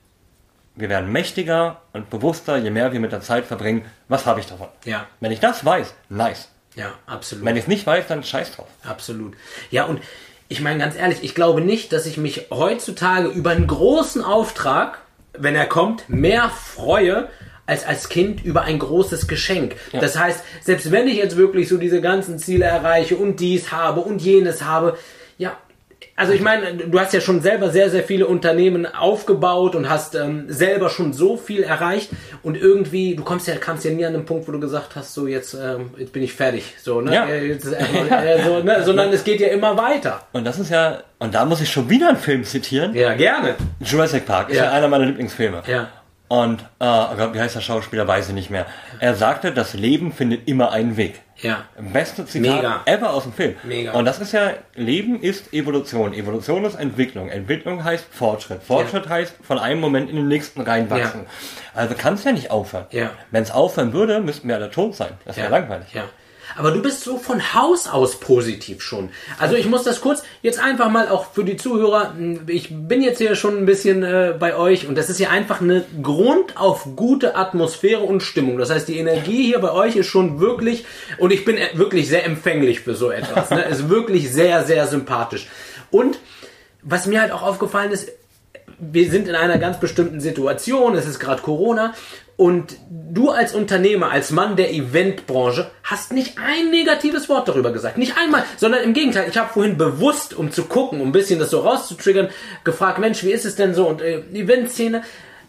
Wir werden mächtiger und bewusster, je mehr wir mit der Zeit verbringen. Was habe ich davon? Ja. Wenn ich das weiß, nice. Ja, absolut. Wenn ich es nicht weiß, dann scheiß drauf. Absolut. Ja, und ich meine ganz ehrlich, ich glaube nicht, dass ich mich heutzutage über einen großen Auftrag, wenn er kommt, mehr freue, als als Kind über ein großes Geschenk. Ja. Das heißt, selbst wenn ich jetzt wirklich so diese ganzen Ziele erreiche und dies habe und jenes habe, ja, also ich meine, du hast ja schon selber sehr, sehr viele Unternehmen aufgebaut und hast ähm, selber schon so viel erreicht und irgendwie, du kommst ja, kamst ja nie an den Punkt, wo du gesagt hast, so jetzt, ähm, jetzt bin ich fertig, so, ne? Ja. Jetzt, äh, äh, so, ne? Sondern es geht ja immer weiter. Und das ist ja, und da muss ich schon wieder einen Film zitieren. Ja, gerne. Jurassic Park ist Ja. ja einer meiner Lieblingsfilme. Ja. Und, äh, oh Gott, wie heißt der Schauspieler, weiß ich nicht mehr. Er sagte, das Leben findet immer einen Weg. Ja. Beste Zitat Mega. ever aus dem Film. Mega. Und das ist ja, Leben ist Evolution. Evolution ist Entwicklung. Entwicklung heißt Fortschritt. Fortschritt Ja. heißt von einem Moment in den nächsten reinwachsen. Ja. Also kann es ja nicht aufhören. Ja. Wenn es aufhören würde, müssten wir alle tot sein. Das wäre Ja. langweilig. Ja. Aber du bist so von Haus aus positiv schon. Also ich muss das kurz jetzt einfach mal auch für die Zuhörer, ich bin jetzt hier schon ein bisschen äh, bei euch und das ist ja einfach eine Grund auf gute Atmosphäre und Stimmung. Das heißt, die Energie hier bei euch ist schon wirklich, und ich bin wirklich sehr empfänglich für so etwas, ne? Ist wirklich sehr, sehr sympathisch. Und was mir halt auch aufgefallen ist, wir sind in einer ganz bestimmten Situation, es ist gerade Corona und du als Unternehmer, als Mann der Eventbranche hast nicht ein negatives Wort darüber gesagt, nicht einmal, sondern im Gegenteil, ich habe vorhin bewusst, um zu gucken, um ein bisschen das so rauszutriggern, gefragt, Mensch, wie ist es denn so und äh, Eventszene?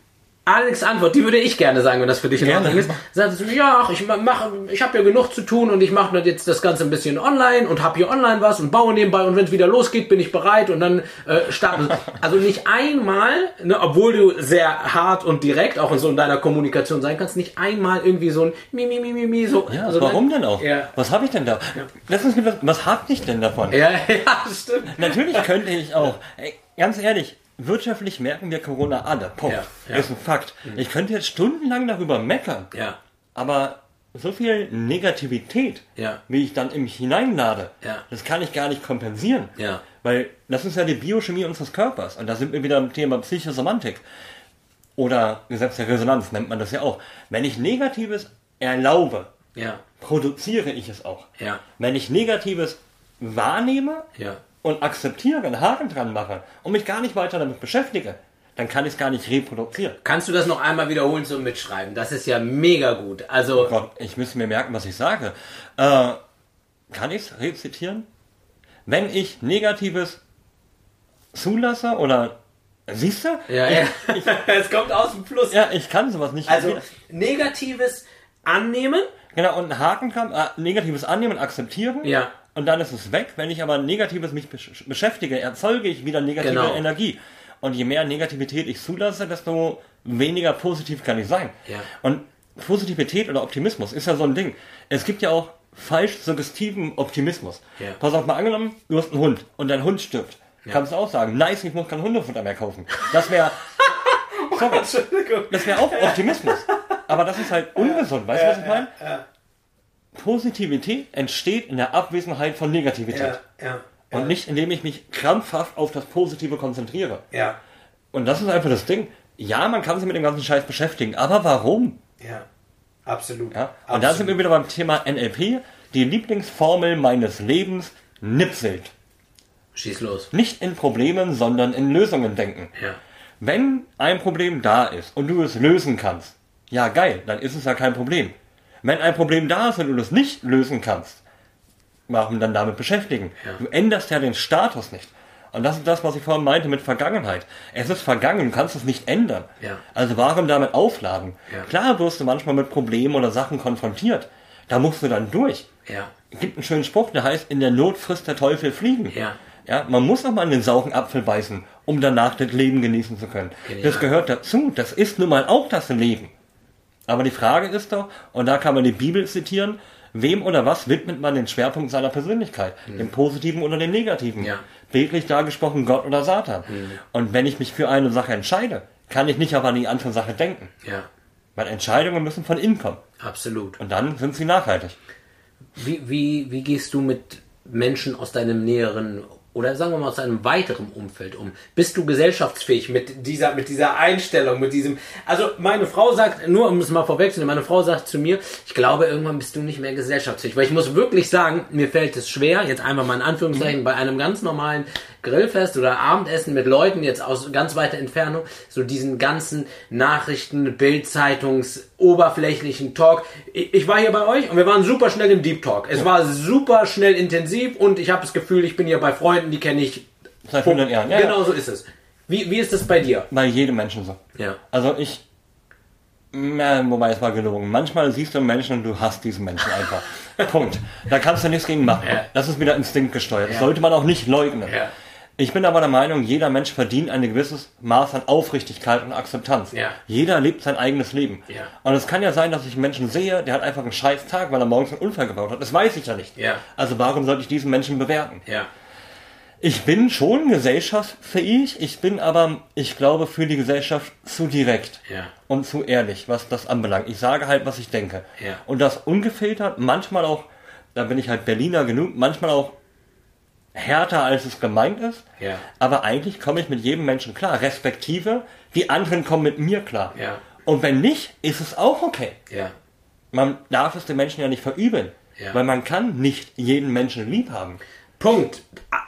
Alex' Antwort, die würde ich gerne sagen, wenn das für dich in Ordnung ist. Sagt sie, ja, ach, ich mache, ich habe ja genug zu tun und ich mache jetzt das Ganze ein bisschen online und habe hier online was und baue nebenbei und wenn es wieder losgeht, bin ich bereit und dann äh, starten. Also nicht einmal, ne, obwohl du sehr hart und direkt auch in so in deiner Kommunikation sein kannst, nicht einmal irgendwie so ein mi mi mi mi mi so. Ja, also warum dann, denn auch? Ja. Was habe ich denn da? Ja. Letztens gedacht, was hab ich denn davon? Ja, ja, stimmt. Natürlich könnte ich auch. Ey, ganz ehrlich, wirtschaftlich merken wir Corona alle. Punkt. Ja, ja. Ist ein Fakt. Ich könnte jetzt stundenlang darüber meckern. Ja. Aber so viel Negativität, Ja. wie ich dann in mich hineinlade, Ja. das kann ich gar nicht kompensieren. Ja. Weil das ist ja die Biochemie unseres Körpers. Und da sind wir wieder am Thema Psychosomatik. Oder Gesetz der Resonanz nennt man das ja auch. Wenn ich Negatives erlaube, Ja. produziere ich es auch. Ja. Wenn ich Negatives wahrnehme Ja. und akzeptiere, einen Haken dran mache und mich gar nicht weiter damit beschäftige, dann kann ich es gar nicht reproduzieren. Kannst du das noch einmal wiederholen zum Mitschreiben? Das ist ja mega gut. Also, Oh Gott, ich müsste mir merken, was ich sage. Äh, kann ich es rezitieren? Wenn ich Negatives zulasse oder siehst du? ja, ja. Es kommt aus dem Fluss. Ja, ich kann sowas nicht. Also, Negatives annehmen. Genau, und einen Haken kann, äh, Negatives annehmen, akzeptieren. Ja. Und dann ist es weg. Wenn ich aber Negatives mich besch- beschäftige, erzeuge ich wieder negative Genau. Energie. Und je mehr Negativität ich zulasse, desto weniger positiv kann ich sein. Ja. Und Positivität oder Optimismus ist ja so ein Ding. Es gibt ja auch falsch suggestiven Optimismus. Ja. Pass auf, mal angenommen, du hast einen Hund und dein Hund stirbt. Ja. Kannst du auch sagen, nice, ich muss kein Hundefutter mehr kaufen. Das wäre sorry, das wäre auch Optimismus. Aber das ist halt ungesund, weißt du, was ich meine? Positivität entsteht in der Abwesenheit von Negativität. ja, Und nicht, indem ich mich krampfhaft auf das Positive konzentriere. ja, Und das ist einfach das Ding. Ja, man kann sich mit dem ganzen Scheiß beschäftigen, aber warum? ja, absolut. Ja? Und da sind wir wieder beim Thema N L P, die Lieblingsformel meines Lebens, nipselt. Schieß los. Nicht in Problemen, sondern in Lösungen denken. Ja, Wenn ein Problem da ist und du es lösen kannst, ja geil, dann ist es ja kein Problem. Wenn ein Problem da ist und du es nicht lösen kannst, warum dann damit beschäftigen? Ja. Du änderst ja den Status nicht. Und das ist das, was ich vorhin meinte mit Vergangenheit. Es ist vergangen, du kannst es nicht ändern. Ja. Also warum damit aufladen? Ja. Klar wirst du manchmal mit Problemen oder Sachen konfrontiert. Da musst du dann durch. Ja. Es gibt einen schönen Spruch, der heißt, in der Not frisst der Teufel Fliegen. Ja. Ja, man muss auch mal in den sauren Apfel beißen, um danach das Leben genießen zu können. Genial. Das gehört dazu. Das ist nun mal auch das Leben. Aber die Frage ist doch, und da kann man die Bibel zitieren, wem oder was widmet man den Schwerpunkt seiner Persönlichkeit? Mhm. Dem Positiven oder dem Negativen? Ja. Bildlich dargesprochen Gott oder Satan. Mhm. Und wenn ich mich für eine Sache entscheide, kann ich nicht aber an die andere Sache denken. Ja. Weil Entscheidungen müssen von innen kommen. Absolut. Und dann sind sie nachhaltig. Wie, wie, wie gehst du mit Menschen aus deinem näheren oder sagen wir mal aus einem weiteren Umfeld um? Bist du gesellschaftsfähig mit dieser, mit dieser Einstellung, mit diesem... Also meine Frau sagt, nur um es mal vorwegzunehmen, meine Frau sagt zu mir, ich glaube, irgendwann bist du nicht mehr gesellschaftsfähig. Weil ich muss wirklich sagen, mir fällt es schwer, jetzt einfach mal in Anführungszeichen, bei einem ganz normalen Grillfest oder Abendessen mit Leuten jetzt aus ganz weiter Entfernung, so diesen ganzen Nachrichten, Bildzeitungs, oberflächlichen Talk. Ich, ich war hier bei euch und wir waren super schnell im Deep Talk. Es war super schnell intensiv und ich habe das Gefühl, ich bin hier bei Freunden, die kenne ich seit hundert Jahren. Ja, genau so ist es. Wie, wie ist das bei dir? Bei jedem Menschen so. Ja. Also ich, ja, wobei es war gelogen. Manchmal siehst du einen Menschen und du hasst diesen Menschen einfach. Punkt. Da kannst du nichts gegen machen. Ja. Das ist wieder instinktgesteuert. Das Ja. sollte man auch nicht leugnen. Ja. Ich bin aber der Meinung, jeder Mensch verdient ein gewisses Maß an Aufrichtigkeit und Akzeptanz. Ja. Jeder lebt sein eigenes Leben. Ja. Und es kann ja sein, dass ich einen Menschen sehe, der hat einfach einen scheiß Tag, weil er morgens einen Unfall gebaut hat. Das weiß ich ja nicht. Ja. Also warum sollte ich diesen Menschen bewerten? Ja. Ich bin schon gesellschaftsfähig, ich bin aber, ich glaube, für die Gesellschaft zu direkt Ja. und zu ehrlich, was das anbelangt. Ich sage halt, was ich denke. Ja. Und das ungefiltert, manchmal auch, da bin ich halt Berliner genug, manchmal auch härter, als es gemeint ist. Ja. Aber eigentlich komme ich mit jedem Menschen klar, respektive die anderen kommen mit mir klar. Ja. Und wenn nicht, ist es auch okay. Ja. Man darf es den Menschen ja nicht verübeln, Ja. weil man kann nicht jeden Menschen lieb haben. Punkt.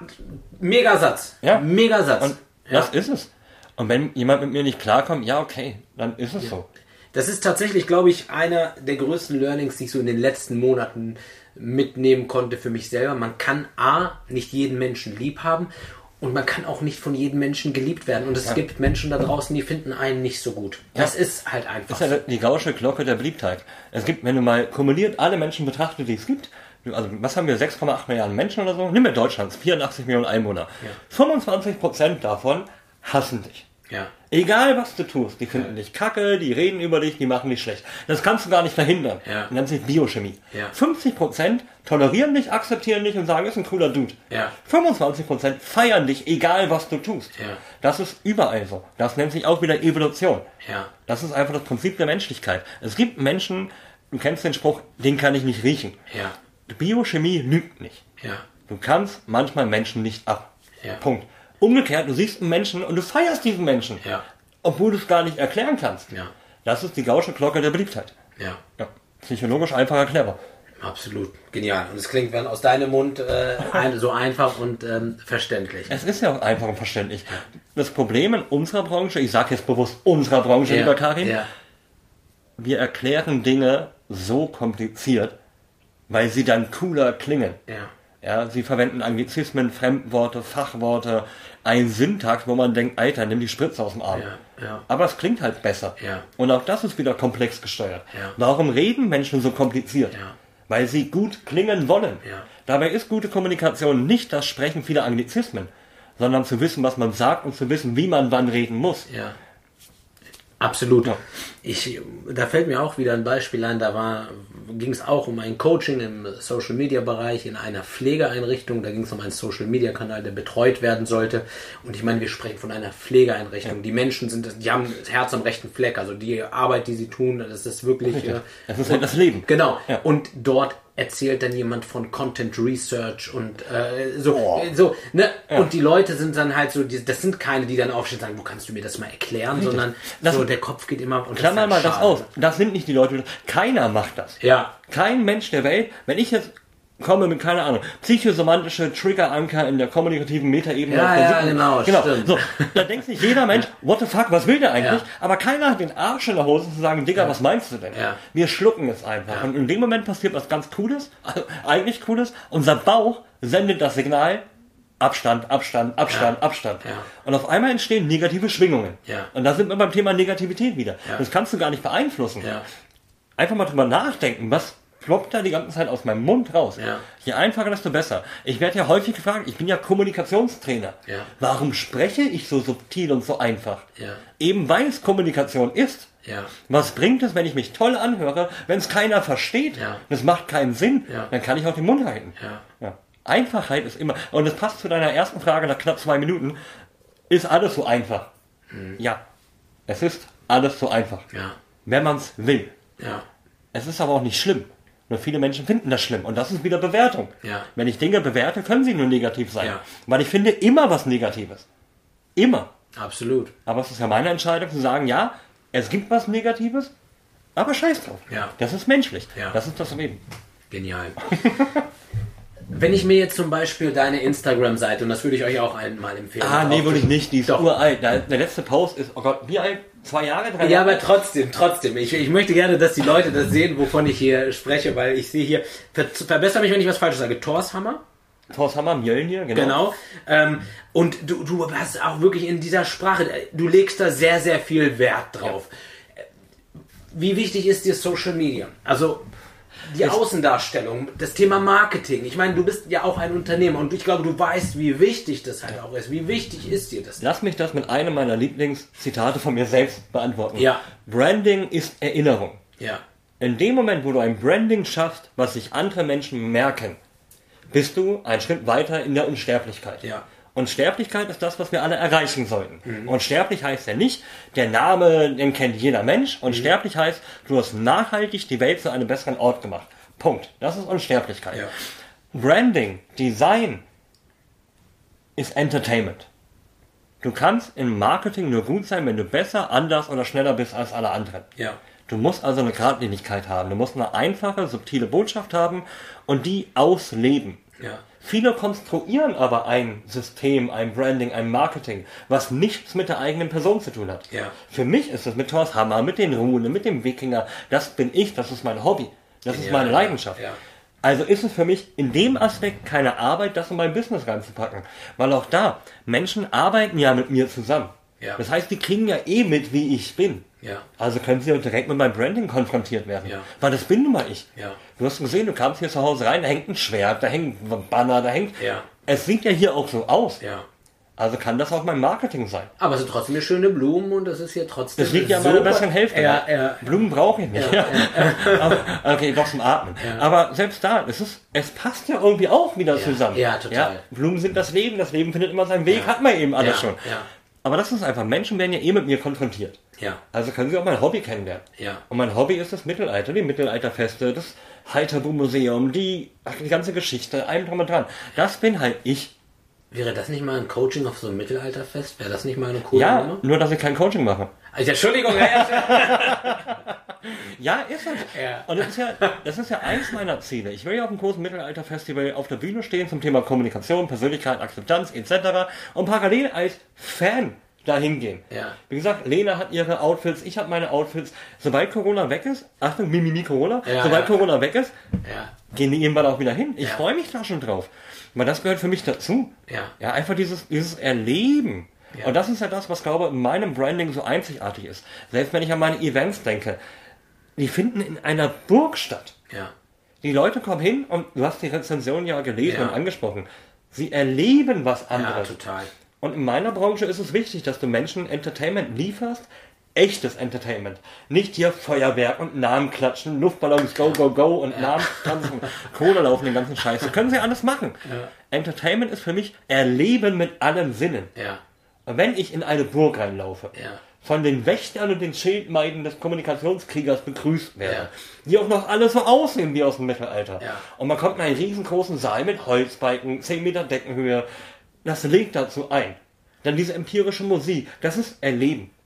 Mega Satz. Ja. Mega Satz. Und ja. das ist es. Und wenn jemand mit mir nicht klarkommt, ja okay, dann ist es so. Das ist tatsächlich, glaube ich, einer der größten Learnings, die ich so in den letzten Monaten mitnehmen konnte für mich selber. Man kann A, nicht jeden Menschen lieb haben und man kann auch nicht von jedem Menschen geliebt werden. Und es Ja. gibt Menschen da draußen, die finden einen nicht so gut. Das Ja. ist halt einfach Das ist ja die gausche Glocke der Beliebtheit. Es gibt, wenn du mal kumuliert alle Menschen betrachtest, die es gibt, also was haben wir, sechs Komma acht Milliarden Menschen oder so? Nimm mir Deutschland, vierundachtzig Millionen Einwohner. Ja. fünfundzwanzig Prozent davon hassen dich. Ja. Egal was du tust, die finden dich kacke, die reden über dich, die machen dich schlecht. Das kannst du gar nicht verhindern. Ja. Das nennt sich Biochemie. Ja. fünfzig Prozent tolerieren dich, akzeptieren dich und sagen, ist ein cooler Dude. Ja. fünfundzwanzig Prozent feiern dich, egal was du tust. Ja. Das ist überall so. Das nennt sich auch wieder Evolution. Ja. Das ist einfach das Prinzip der Menschlichkeit. Es gibt Menschen, du kennst den Spruch, den kann ich nicht riechen. Ja. Die Biochemie lügt nicht. Ja. Du kannst manchmal Menschen nicht ab. Ja. Punkt. Umgekehrt, du siehst einen Menschen und du feierst diesen Menschen. Ja. Obwohl du es gar nicht erklären kannst. Ja. Das ist die gausche Glocke der Beliebtheit. Ja. Ja. Psychologisch einfach erklärbar. Absolut. Genial. Und es klingt dann aus deinem Mund äh, ein, so einfach und ähm, verständlich. Es ist ja auch einfach und verständlich. Das Problem in unserer Branche, ich sage jetzt bewusst unserer Branche, Ja. lieber Karin, Ja. wir erklären Dinge so kompliziert, weil sie dann cooler klingen. Ja. Ja, sie verwenden Anglizismen, Fremdworte, Fachworte, ein Syntax, wo man denkt, Alter, nimm die Spritze aus dem Arm. Ja. Ja. Aber es klingt halt besser. Ja. Und auch das ist wieder komplex gesteuert. Ja. Warum reden Menschen so kompliziert? Ja. Weil sie gut klingen wollen. Ja. Dabei ist gute Kommunikation nicht das Sprechen vieler Anglizismen, sondern zu wissen, was man sagt und zu wissen, wie man wann reden muss. Ja. Absolut. Ja. Ich, da fällt mir auch wieder ein Beispiel ein, da war, ging es auch um ein Coaching im Social Media Bereich in einer Pflegeeinrichtung, da ging es um einen Social Media Kanal, der betreut werden sollte. Und ich meine, wir sprechen von einer Pflegeeinrichtung. Ja. Die Menschen sind, die haben das Herz am rechten Fleck, also die Arbeit, die sie tun, das ist wirklich... Äh, das ist halt das Leben. Genau. Ja. Und dort erzählt dann jemand von Content Research und äh, so, Oh. so ne? Ja. Und die Leute sind dann halt so, die, das sind keine, die dann aufstehen und sagen, wo kannst du mir das mal erklären, Richtig. sondern Das- so, der Kopf geht immer und Klammer ist mal halt das schade. aus. Das sind nicht die Leute. Keiner macht das. Ja, Kein Mensch der Welt, wenn ich jetzt komme mit, keine Ahnung, psychosomatische Trigger-Anker in der kommunikativen Metaebene. Ja, auf der ja, siebten- genau, genau. stimmt. So, da denkt sich jeder Mensch, what the fuck, was will der eigentlich? Ja. Aber keiner hat den Arsch in der Hose zu sagen, Digga, was meinst du denn? Ja. Wir schlucken es einfach. Ja. Und in dem Moment passiert was ganz Cooles, also eigentlich Cooles. Unser Bauch sendet das Signal, Abstand, Abstand, Abstand, Ja. Abstand. Ja. Und auf einmal entstehen negative Schwingungen. Ja. Und da sind wir beim Thema Negativität wieder. Ja. Das kannst du gar nicht beeinflussen. Ja. Einfach mal drüber nachdenken, was ploppt da die ganze Zeit aus meinem Mund raus. Ja. Je einfacher, desto besser. Ich werde ja häufig gefragt, ich bin ja Kommunikationstrainer. Ja. Warum spreche ich so subtil und so einfach? Ja. Eben weil es Kommunikation ist. Ja. Was bringt es, wenn ich mich toll anhöre, wenn es keiner versteht? Ja. Das macht keinen Sinn. Ja. Dann kann ich auch den Mund halten. Ja. Ja. Einfachheit ist immer, und es passt zu deiner ersten Frage nach knapp zwei Minuten, ist alles so einfach? Ja, es ist alles so einfach. Ja. Wenn man es will. Ja. Es ist aber auch nicht schlimm. Nur viele Menschen finden das schlimm. Und das ist wieder Bewertung. Ja. Wenn ich Dinge bewerte, können sie nur negativ sein. Ja. Weil ich finde immer was Negatives. Immer. Absolut. Aber es ist ja meine Entscheidung zu sagen, ja, es gibt was Negatives, aber scheiß drauf. Ja. Das ist menschlich. Ja. Das ist das Leben. Genial. Wenn ich mir jetzt zum Beispiel deine Instagram-Seite, und das würde ich euch auch einmal empfehlen. Ah, nee, würde ich nicht. Die ist Doch. uralt. Der, der letzte Post ist, oh Gott, wie alt? Zwei Jahre? Drei Ja, Jahre? aber trotzdem, trotzdem. Ich, ich möchte gerne, dass die Leute das sehen, wovon ich hier spreche, weil ich sehe hier, ver, verbessere mich, wenn ich was Falsches sage, Torshammer. Torshammer, Mjölnir, genau. Genau. Ähm, und du, du hast auch wirklich in dieser Sprache, du legst da sehr, sehr viel Wert drauf. Wie wichtig ist dir Social Media? Also die Es- Außendarstellung, das Thema Marketing. Ich meine, du bist ja auch ein Unternehmer und ich glaube, du weißt, wie wichtig das halt auch ist. Wie wichtig ist dir das? Lass mich das mit einem meiner Lieblingszitate von mir selbst beantworten. Ja. Branding ist Erinnerung. Ja. In dem Moment, wo du ein Branding schaffst, was sich andere Menschen merken, bist du einen Schritt weiter in der Unsterblichkeit. Ja. Unsterblichkeit ist das, was wir alle erreichen sollten. Unsterblich heißt ja nicht, der Name, den kennt jeder Mensch. Unsterblich heißt, du hast nachhaltig die Welt zu einem besseren Ort gemacht. Punkt. Das ist Unsterblichkeit. Ja. Branding, Design ist Entertainment. Du kannst im Marketing nur gut sein, wenn du besser, anders oder schneller bist als alle anderen. Ja. Du musst also eine Geradlinigkeit haben. Du musst eine einfache, subtile Botschaft haben und die ausleben. Ja. Viele konstruieren aber ein System, ein Branding, ein Marketing, was nichts mit der eigenen Person zu tun hat. Ja. Für mich ist es mit Thors Hammer, mit den Runen, mit dem Wikinger, das bin ich, das ist mein Hobby, das ist Ja, meine ja, Leidenschaft. ja. Also ist es für mich in dem Aspekt keine Arbeit, das in mein Business reinzupacken. Weil auch da, Menschen arbeiten ja mit mir zusammen. Ja. Das heißt, die kriegen ja eh mit, wie ich bin. Ja. Also können sie direkt mit meinem Branding konfrontiert werden. Ja. Weil das bin nun mal ich. Ja. Du hast gesehen, du kamst hier zu Hause rein, da hängt ein Schwert, da hängt ein Banner, da hängt... Ja. Es sieht ja hier auch so aus. Ja. Also kann das auch mein Marketing sein. Aber es sind trotzdem eine schöne Blumen und das ist hier trotzdem. Das liegt ja an so meiner besseren Hälfte. Ja, ja. Blumen brauche ich nicht. Ja, Aber, okay, doch zum Atmen. Aber selbst da, es, ist, es passt ja irgendwie auch wieder Ja, zusammen. ja, total. Blumen sind das Leben, das Leben findet immer seinen Weg, Ja. hat man eben alles Ja, schon. ja. Aber das ist einfach, Menschen werden ja eh mit mir konfrontiert. Ja. Also können sie auch mein Hobby kennenlernen. Ja. Und mein Hobby ist das Mittelalter, die Mittelalterfeste, das Heiterbu-Museum, die, ach, die ganze Geschichte, allem drum und dran. Das bin halt ich. Wäre das nicht mal ein Coaching auf so einem Mittelalterfest? Wäre das nicht mal eine coole Ja, Nummer? nur dass ich kein Coaching mache. Also, Entschuldigung, ja, ja. Ja, ist es. Ja. Und das ist ja, das ist ja eins meiner Ziele. Ich will ja auf einem großen Mittelalterfestival auf der Bühne stehen zum Thema Kommunikation, Persönlichkeit, Akzeptanz et cetera. Und parallel als Fan dahin gehen. Ja. Wie gesagt, Lena hat ihre Outfits, ich habe meine Outfits. Sobald Corona weg ist, Achtung, Mimimi Corona, Ja, sobald ja. Corona weg ist, Ja. gehen die irgendwann auch wieder hin. Ich Ja. freue mich da schon drauf. Weil das gehört für mich dazu. Ja. Ja, einfach dieses, dieses Erleben. Ja. Und das ist ja das, was, glaube ich, in meinem Branding so einzigartig ist. Selbst wenn ich an meine Events denke, die finden in einer Burg statt. Ja. Die Leute kommen hin und du hast die Rezension ja gelesen Ja. und angesprochen. Sie erleben was Ja, anderes. total. Und in meiner Branche ist es wichtig, dass du Menschen Entertainment lieferst, echtes Entertainment. Nicht hier Feuerwerk und Namen klatschen, Luftballons, go, go, go und Namen tanzen, Kohle laufen, den ganzen Scheiß. Das können sie alles machen. Ja. Entertainment ist für mich Erleben mit allen Sinnen. Ja. Und wenn ich in eine Burg reinlaufe, Ja. von den Wächtern und den Schildmeiden des Kommunikationskriegers begrüßt werde, Ja. die auch noch alle so aussehen wie aus dem Mittelalter. Ja. Und man kommt in einen riesengroßen Saal mit Holzbalken, zehn Meter Deckenhöhe. Das legt dazu ein. Dann diese empirische Musik, das ist Erleben.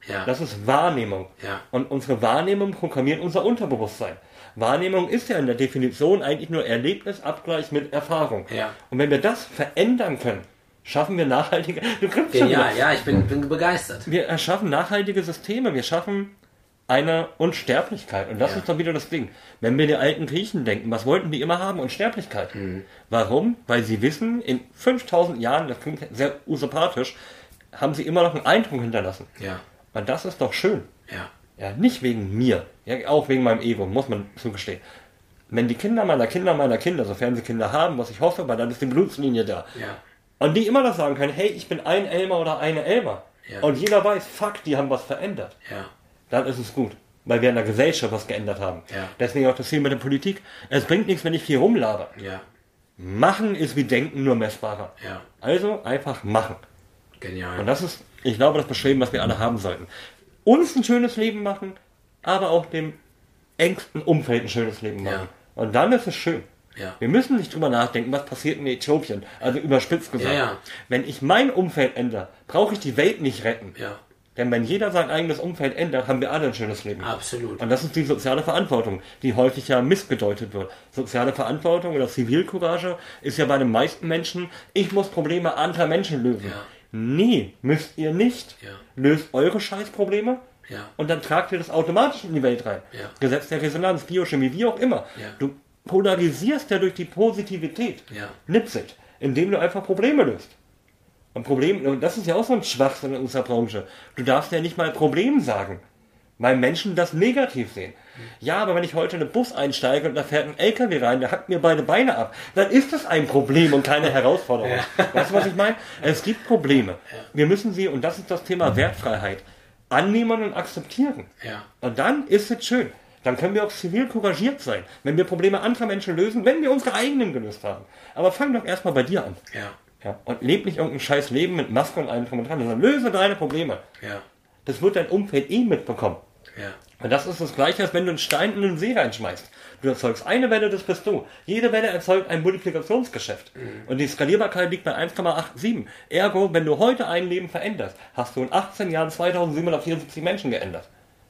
Ja. Das ist Wahrnehmung. Ja. Und unsere Wahrnehmung programmiert unser Unterbewusstsein. Wahrnehmung ist ja in der Definition eigentlich nur Erlebnisabgleich mit Erfahrung. Ja. Und wenn wir das verändern können, schaffen wir nachhaltige... Du kriegst schon Genial, wieder. ja, ich bin, bin begeistert. Wir erschaffen nachhaltige Systeme. Wir schaffen eine Unsterblichkeit. Und das Ja. ist doch wieder das Ding. Wenn wir die alten Griechen denken, was wollten die immer haben? Unsterblichkeit. Mhm. Warum? Weil sie wissen, in fünftausend Jahren, das klingt sehr usurpatisch, haben sie immer noch einen Eindruck hinterlassen. Ja. Und das ist doch schön. Ja. Ja, nicht wegen mir, ja, auch wegen meinem Ego, muss man zugestehen. Wenn die Kinder meiner Kinder meiner Kinder, sofern sie Kinder haben, was ich hoffe, weil dann ist die Blutslinie da. Ja. Und die immer noch sagen können, hey, ich bin ein Elmer oder eine Elmer. Ja. Und jeder weiß, fuck, die haben was verändert. Ja. Dann ist es gut, weil wir in der Gesellschaft was geändert haben. Ja. Deswegen auch das Ziel mit der Politik. Es bringt nichts, wenn ich viel rumlaber. Ja. Machen ist wie Denken, nur messbarer. Ja. Also einfach machen. Genial. Und das ist, ich glaube, das Bestreben, was wir alle haben sollten. Uns ein schönes Leben machen, aber auch dem engsten Umfeld ein schönes Leben machen. Ja. Und dann ist es schön. Ja. Wir müssen nicht drüber nachdenken, was passiert in Äthiopien. Also überspitzt gesagt. Ja, ja. Wenn ich mein Umfeld ändere, brauche ich die Welt nicht retten. Ja. Denn wenn jeder sein eigenes Umfeld ändert, haben wir alle ein schönes Leben. Absolut. Und das ist die soziale Verantwortung, die häufig ja missgedeutet wird. Soziale Verantwortung oder Zivilcourage ist ja bei den meisten Menschen, ich muss Probleme anderer Menschen lösen. Ja. Nee, müsst ihr nicht. Ja. Löst eure Scheißprobleme Ja. und dann tragt ihr das automatisch in die Welt rein. Ja. Gesetz der Resonanz, Biochemie, wie auch immer. Ja. Du polarisierst ja durch die Positivität. Ja. Nipsit, indem du einfach Probleme löst. Und Problem, und das ist ja auch so ein Schwachsinn in unserer Branche. Du darfst ja nicht mal Problem sagen, weil Menschen das negativ sehen. Ja, aber wenn ich heute in einen Bus einsteige und da fährt ein L K W rein, der hackt mir beide Beine ab, dann ist das ein Problem und keine Herausforderung. Ja. Weißt du, was ich meine? Es gibt Probleme. Wir müssen sie, und das ist das Thema Wertfreiheit, annehmen und akzeptieren. Ja. Und dann ist es schön. Dann können wir auch zivil couragiert sein, wenn wir Probleme anderer Menschen lösen, wenn wir unsere eigenen gelöst haben. Aber fang doch erstmal bei dir an. Ja. Ja, und leb nicht irgendein scheiß Leben mit Maske und allem drum und dran, sondern löse deine Probleme. Ja. Das wird dein Umfeld eh mitbekommen. Ja. Und das ist das Gleiche, als wenn du einen Stein in den See reinschmeißt. Du erzeugst eine Welle, das bist du. Jede Welle erzeugt ein Multiplikationsgeschäft. Mhm. Und die Skalierbarkeit liegt bei eins Komma siebenundachtzig. Ergo, wenn du heute ein Leben veränderst, hast du in achtzehn Jahren zweitausendsiebenhundertvierundsiebzig Menschen geändert.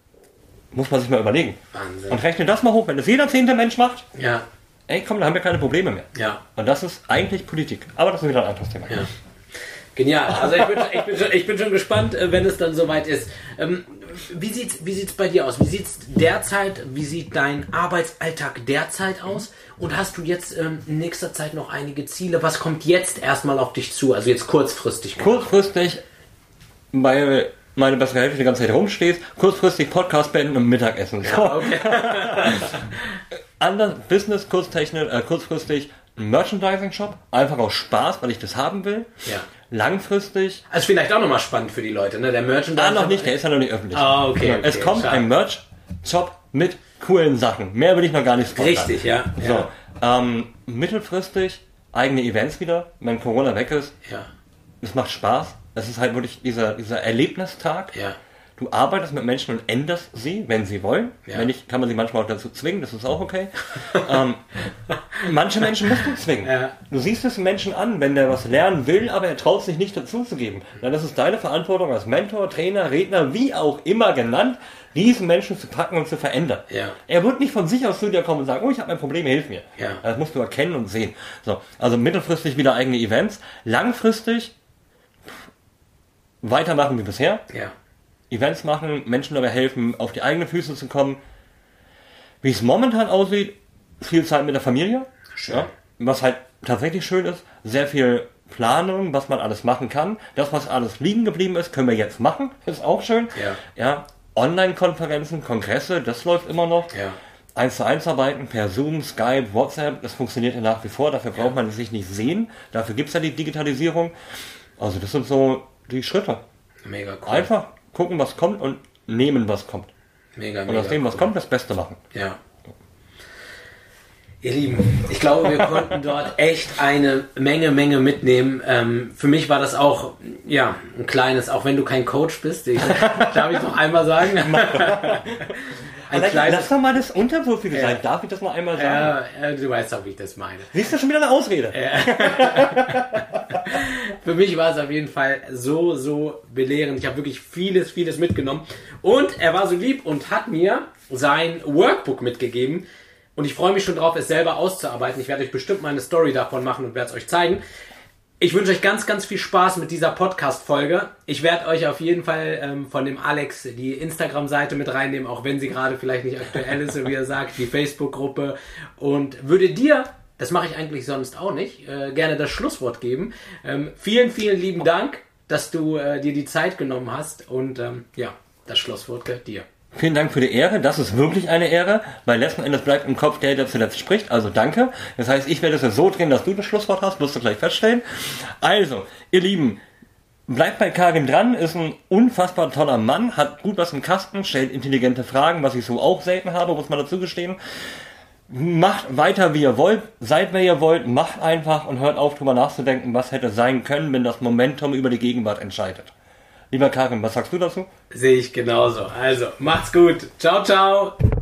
Muss man sich mal überlegen. Wahnsinn. Und rechne das mal hoch. Wenn das jeder zehnte Mensch macht, Ja. ey komm, da haben wir keine Probleme mehr. Ja. Und das ist eigentlich Politik. Aber das ist wieder ein anderes Thema. Ja. Genial. Also ich bin, ich, bin schon, ich bin schon gespannt, äh, wenn es dann soweit ist. Ähm, wie sieht's, wie sieht's bei dir aus? Wie sieht's derzeit, wie sieht dein Arbeitsalltag derzeit aus? Und hast du jetzt ähm, in nächster Zeit noch einige Ziele? Was kommt jetzt erstmal auf dich zu? Also jetzt kurzfristig. Kurzfristig, weil meine bessere Hälfte die ganze Zeit rumsteht, kurzfristig Podcast beenden und Mittagessen. So. Ja, okay. Anders Business, kurztechnisch, äh, kurzfristig ein Merchandising-Shop, einfach aus Spaß, weil ich das haben will. Ja. Langfristig, Also vielleicht auch nochmal spannend für die Leute, ne? Der Merchandise. ah, noch nicht, der ist ja noch nicht öffentlich. Ah, okay, Ja, es okay, kommt schade. ein Merch-Shop mit coolen Sachen. Mehr will ich noch gar nicht spoilern. Richtig, ja. So, Ja. ähm, mittelfristig eigene Events wieder, wenn Corona weg ist. Ja. Es macht Spaß. Es ist halt wirklich dieser, dieser Erlebnistag. Ja. Du arbeitest mit Menschen und änderst sie, wenn sie wollen. Ja. Wenn nicht, kann man sie manchmal auch dazu zwingen, das ist auch okay. ähm, manche Menschen musst du zwingen. Ja. Du siehst es Menschen an, wenn der was lernen will, aber er traut sich nicht dazu zu geben. Dann ist es deine Verantwortung als Mentor, Trainer, Redner, wie auch immer genannt, diesen Menschen zu packen und zu verändern. Ja. Er wird nicht von sich aus zu dir kommen und sagen, oh, ich habe ein Problem, hilf mir. Ja. Das musst du erkennen und sehen. So, also mittelfristig wieder eigene Events. Langfristig weitermachen wie bisher. Ja. Events machen, Menschen dabei helfen, auf die eigenen Füße zu kommen. Wie es momentan aussieht, viel Zeit mit der Familie. Schön. Ja, was halt tatsächlich schön ist, sehr viel Planung, was man alles machen kann. Das, was alles liegen geblieben ist, können wir jetzt machen. Ist auch schön. Ja. Ja, Online-Konferenzen, Kongresse, das läuft immer noch. Ja. Eins zu eins arbeiten per Zoom, Skype, WhatsApp, das funktioniert ja nach wie vor. Dafür braucht man sich nicht sehen. Dafür gibt es ja die Digitalisierung. Also das sind so die Schritte. Mega cool. Einfach gucken, was kommt und nehmen, was kommt. Mega, Und mega aus dem, was cool. kommt, das Beste machen. Ja. Ihr Lieben, ich glaube, wir konnten dort echt eine Menge, Menge mitnehmen. Ähm, für mich war das auch, ja, ein kleines, auch wenn du kein Coach bist, ich, darf ich noch einmal sagen. Ein kleines, lass doch mal das Unterwürfige sein. Äh, Darf ich das noch einmal sagen? Äh, du weißt auch, wie ich das meine. Siehst du schon wieder eine Ausrede? Äh, für mich war es auf jeden Fall so, so belehrend. Ich habe wirklich vieles, vieles mitgenommen. Und er war so lieb und hat mir sein Workbook mitgegeben. Und ich freue mich schon drauf, es selber auszuarbeiten. Ich werde euch bestimmt mal eine Story davon machen und werde es euch zeigen. Ich wünsche euch ganz, ganz viel Spaß mit dieser Podcast-Folge. Ich werde euch auf jeden Fall ähm, von dem Alex die Instagram-Seite mit reinnehmen, auch wenn sie gerade vielleicht nicht aktuell ist, so wie er sagt, die Facebook-Gruppe. Und würde dir, das mache ich eigentlich sonst auch nicht, äh, gerne das Schlusswort geben. Ähm, vielen, vielen lieben Dank, dass du äh, dir die Zeit genommen hast. Und ähm, ja, das Schlusswort gehört dir. Vielen Dank für die Ehre, das ist wirklich eine Ehre, weil letzten Endes bleibt im Kopf der, der zuletzt spricht, also danke. Das heißt, ich werde es jetzt so drehen, dass du das Schlusswort hast, wirst du gleich feststellen. Also, ihr Lieben, bleibt bei Karim dran, ist ein unfassbar toller Mann, hat gut was im Kasten, stellt intelligente Fragen, was ich so auch selten habe, muss man dazu gestehen. Macht weiter, wie ihr wollt, seid, wer ihr wollt, macht einfach und hört auf, drüber nachzudenken, was hätte sein können, wenn das Momentum über die Gegenwart entscheidet. Lieber Karim, was sagst du dazu? Sehe ich genauso. Also, macht's gut. Ciao, ciao.